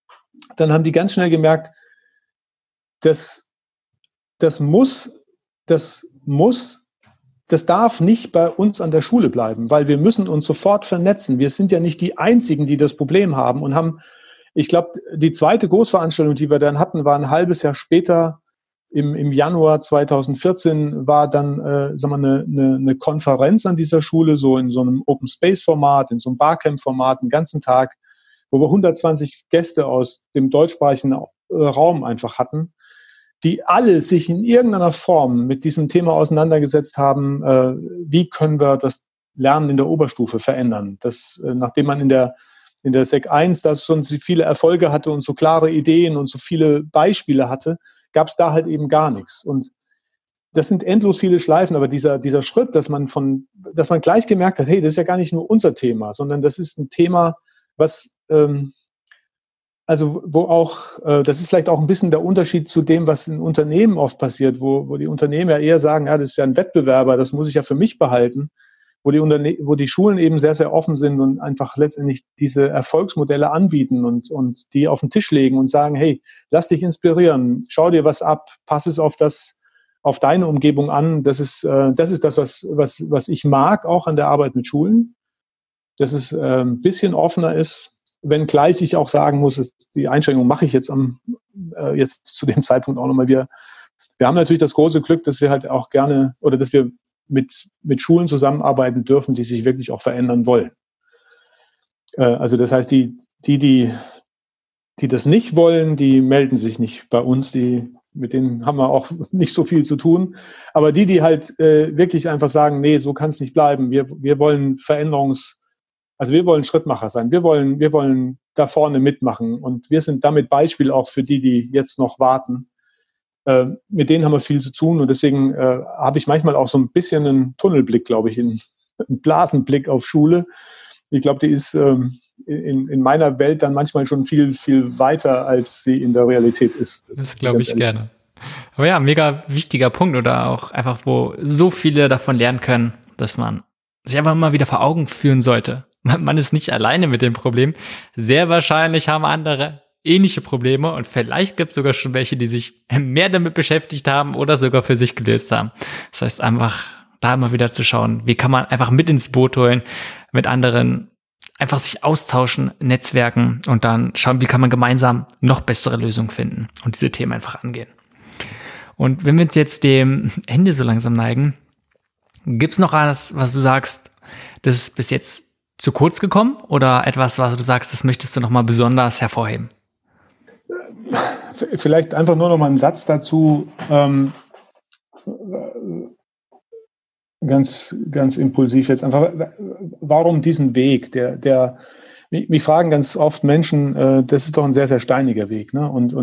dass das darf nicht bei uns an der Schule bleiben, weil wir müssen uns sofort vernetzen. Wir sind ja nicht die Einzigen, die das Problem haben und haben, ich glaube, die zweite Großveranstaltung, die wir dann hatten, war ein halbes Jahr später. Im Januar 2014 war dann eine Konferenz an dieser Schule, so in so einem Open-Space-Format, in so einem Barcamp-Format, einen ganzen Tag, wo wir 120 Gäste aus dem deutschsprachigen Raum einfach hatten, die alle sich in irgendeiner Form mit diesem Thema auseinandergesetzt haben, wie können wir das Lernen in der Oberstufe verändern. Nachdem man in der Sek 1 da schon so viele Erfolge hatte und so klare Ideen und so viele Beispiele hatte, gab es da halt eben gar nichts. Und das sind endlos viele Schleifen, aber dieser Schritt, dass man gleich gemerkt hat, hey, das ist ja gar nicht nur unser Thema, sondern das ist ein Thema, was, wo auch, das ist vielleicht auch ein bisschen der Unterschied zu dem, was in Unternehmen oft passiert, wo die Unternehmen ja eher sagen, ja, das ist ja ein Wettbewerber, das muss ich ja für mich behalten, wo die Schulen eben sehr, sehr offen sind und einfach letztendlich diese Erfolgsmodelle anbieten und die auf den Tisch legen und sagen, hey, lass dich inspirieren, schau dir was ab, pass es auf deine Umgebung an. Das ist das, was ich mag, auch an der Arbeit mit Schulen, dass es ein bisschen offener ist, wenngleich ich auch sagen muss, die Einschränkung mache ich jetzt zu dem Zeitpunkt auch nochmal. Wir haben natürlich das große Glück, dass wir halt auch gerne oder dass wir mit Schulen zusammenarbeiten dürfen, die sich wirklich auch verändern wollen. Also das heißt, die das nicht wollen, die melden sich nicht bei uns, mit denen haben wir auch nicht so viel zu tun. Aber die halt wirklich einfach sagen, nee, so kann es nicht bleiben. Wir wollen wir wollen Schrittmacher sein. Wir wollen da vorne mitmachen. Und wir sind damit Beispiel auch für die jetzt noch warten. Mit denen haben wir viel zu tun und deswegen habe ich manchmal auch so ein bisschen einen Tunnelblick, glaube ich, einen Blasenblick auf Schule. Ich glaube, die ist in meiner Welt dann manchmal schon viel, viel weiter, als sie in der Realität ist. Das glaube ich gerne. Aber ja, mega wichtiger Punkt oder auch einfach, wo so viele davon lernen können, dass man sich einfach mal wieder vor Augen führen sollte. Man ist nicht alleine mit dem Problem. Sehr wahrscheinlich haben andere ähnliche Probleme und vielleicht gibt es sogar schon welche, die sich mehr damit beschäftigt haben oder sogar für sich gelöst haben. Das heißt einfach, da immer wieder zu schauen, wie kann man einfach mit ins Boot holen, mit anderen einfach sich austauschen, netzwerken und dann schauen, wie kann man gemeinsam noch bessere Lösungen finden und diese Themen einfach angehen. Und wenn wir uns jetzt dem Ende so langsam neigen, gibt es noch etwas, was du sagst, das ist bis jetzt zu kurz gekommen oder etwas, was du sagst, das möchtest du nochmal besonders hervorheben? Vielleicht einfach nur noch mal einen Satz dazu, ganz, ganz impulsiv jetzt einfach, warum diesen Weg? Mich fragen ganz oft Menschen, das ist doch ein sehr, sehr steiniger Weg, ne? Und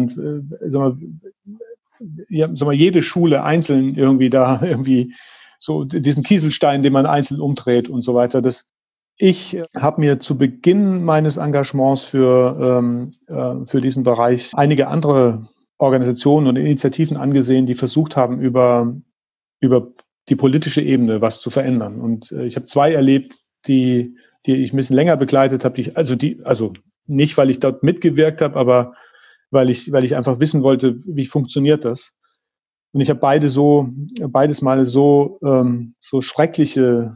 jede Schule einzeln irgendwie so diesen Kieselstein, den man einzeln umdreht und so weiter. Ich habe mir zu Beginn meines Engagements für diesen Bereich einige andere Organisationen und Initiativen angesehen, die versucht haben, über die politische Ebene was zu verändern. Und ich habe 2 erlebt, die ich ein bisschen länger begleitet habe. Also nicht, weil ich dort mitgewirkt habe, aber weil ich einfach wissen wollte, wie funktioniert das. Und ich habe beides Mal so schreckliche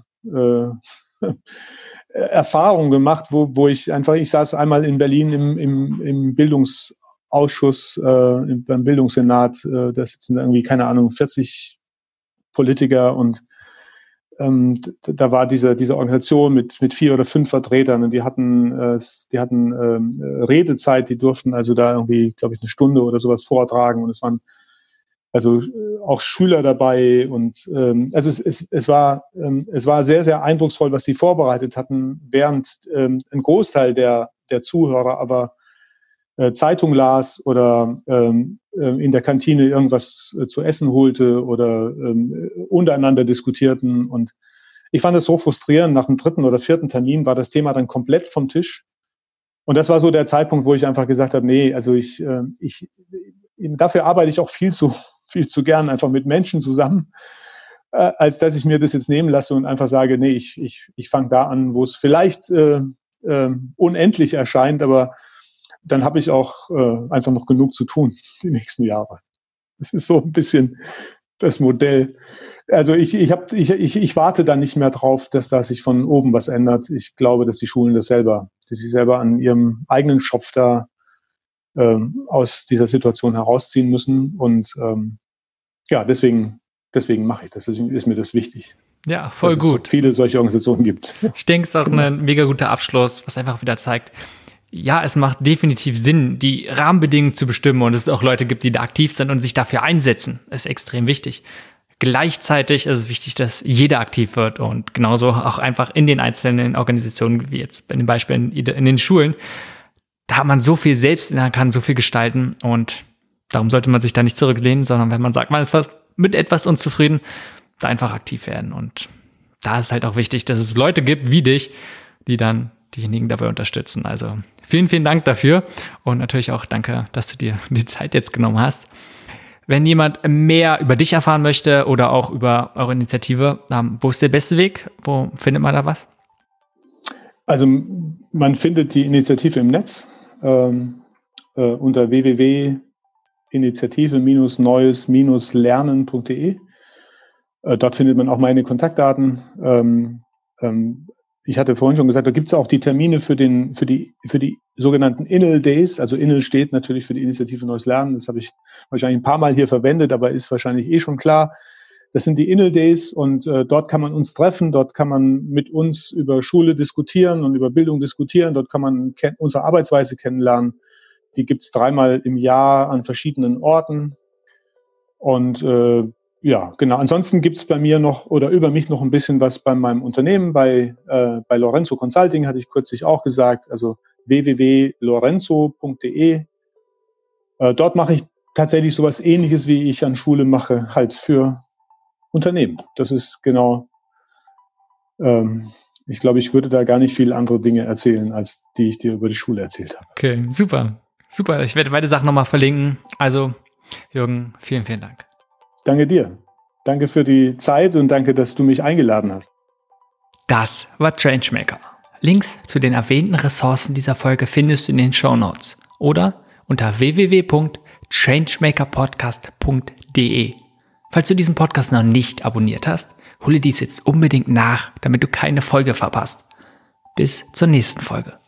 Erfahrungen gemacht, wo ich saß einmal in Berlin im Bildungsausschuss, beim Bildungssenat, da sitzen irgendwie, keine Ahnung, 40 Politiker und da war diese Organisation mit 4 oder 5 Vertretern und die hatten Redezeit, die durften also da irgendwie, glaube ich, 1 Stunde oder sowas vortragen und es waren also auch Schüler dabei und also es war sehr, sehr eindrucksvoll, was sie vorbereitet hatten, während ein Großteil der Zuhörer aber Zeitung las oder in der Kantine irgendwas zu essen holte oder untereinander diskutierten. Und ich fand es so frustrierend, nach dem 3. oder 4. Termin war das Thema dann komplett vom Tisch. Und das war so der Zeitpunkt, wo ich einfach gesagt habe, nee, also dafür arbeite ich auch viel zu gern einfach mit Menschen zusammen. als dass ich mir das jetzt nehmen lasse und einfach sage, nee, ich fange da an, wo es vielleicht unendlich erscheint, aber dann habe ich auch einfach noch genug zu tun die nächsten Jahre. Das ist so ein bisschen das Modell. Also ich warte da nicht mehr drauf, dass da sich von oben was ändert. Ich glaube, dass die Schulen dass sie selber an ihrem eigenen Schopf da aus dieser Situation herausziehen müssen. Und deswegen mache ich das. Deswegen ist mir das wichtig. Ja, voll gut. Dass es so viele solche Organisationen gibt. Ich denke, es ist auch ein mega guter Abschluss, was einfach wieder zeigt, ja, es macht definitiv Sinn, die Rahmenbedingungen zu bestimmen und es auch Leute gibt, die da aktiv sind und sich dafür einsetzen. Das ist extrem wichtig. Gleichzeitig ist es wichtig, dass jeder aktiv wird und genauso auch einfach in den einzelnen Organisationen, wie jetzt bei den Beispielen in den Schulen. Da hat man so viel selbst in der Hand, kann so viel gestalten und darum sollte man sich da nicht zurücklehnen, sondern wenn man sagt, man ist mit etwas unzufrieden, da einfach aktiv werden. Und da ist halt auch wichtig, dass es Leute gibt wie dich, die dann diejenigen dabei unterstützen. Also vielen, vielen Dank dafür und natürlich auch danke, dass du dir die Zeit jetzt genommen hast. Wenn jemand mehr über dich erfahren möchte oder auch über eure Initiative, wo ist der beste Weg? Wo findet man da was? Also man findet die Initiative im Netz unter www.initiative-neues-lernen.de. Dort findet man auch meine Kontaktdaten. Ich hatte vorhin schon gesagt, da gibt es auch die Termine für die sogenannten INNL Days. Also INNL steht natürlich für die Initiative Neues Lernen. Das habe ich wahrscheinlich ein paar Mal hier verwendet, aber ist wahrscheinlich schon klar. Das sind die INNL Days und dort kann man uns treffen. Dort kann man mit uns über Schule diskutieren und über Bildung diskutieren. Dort kann man unsere Arbeitsweise kennenlernen. Die gibt es 3-mal im Jahr an verschiedenen Orten. Und ja, genau. Ansonsten gibt's bei mir noch oder über mich noch ein bisschen was bei meinem Unternehmen, bei Lorenzo Consulting, hatte ich kürzlich auch gesagt, also www.lorenzo.de. Dort mache ich tatsächlich sowas Ähnliches, wie ich an Schule mache, halt für Unternehmen. Das ist genau, ich glaube, ich würde da gar nicht viel andere Dinge erzählen, als die ich dir über die Schule erzählt habe. Okay, super. Super. Ich werde beide Sachen nochmal verlinken. Also, Jürgen, vielen, vielen Dank. Danke dir. Danke für die Zeit und danke, dass du mich eingeladen hast. Das war Changemaker. Links zu den erwähnten Ressourcen dieser Folge findest du in den Shownotes oder unter www.changemakerpodcast.de. Falls du diesen Podcast noch nicht abonniert hast, hole dies jetzt unbedingt nach, damit du keine Folge verpasst. Bis zur nächsten Folge.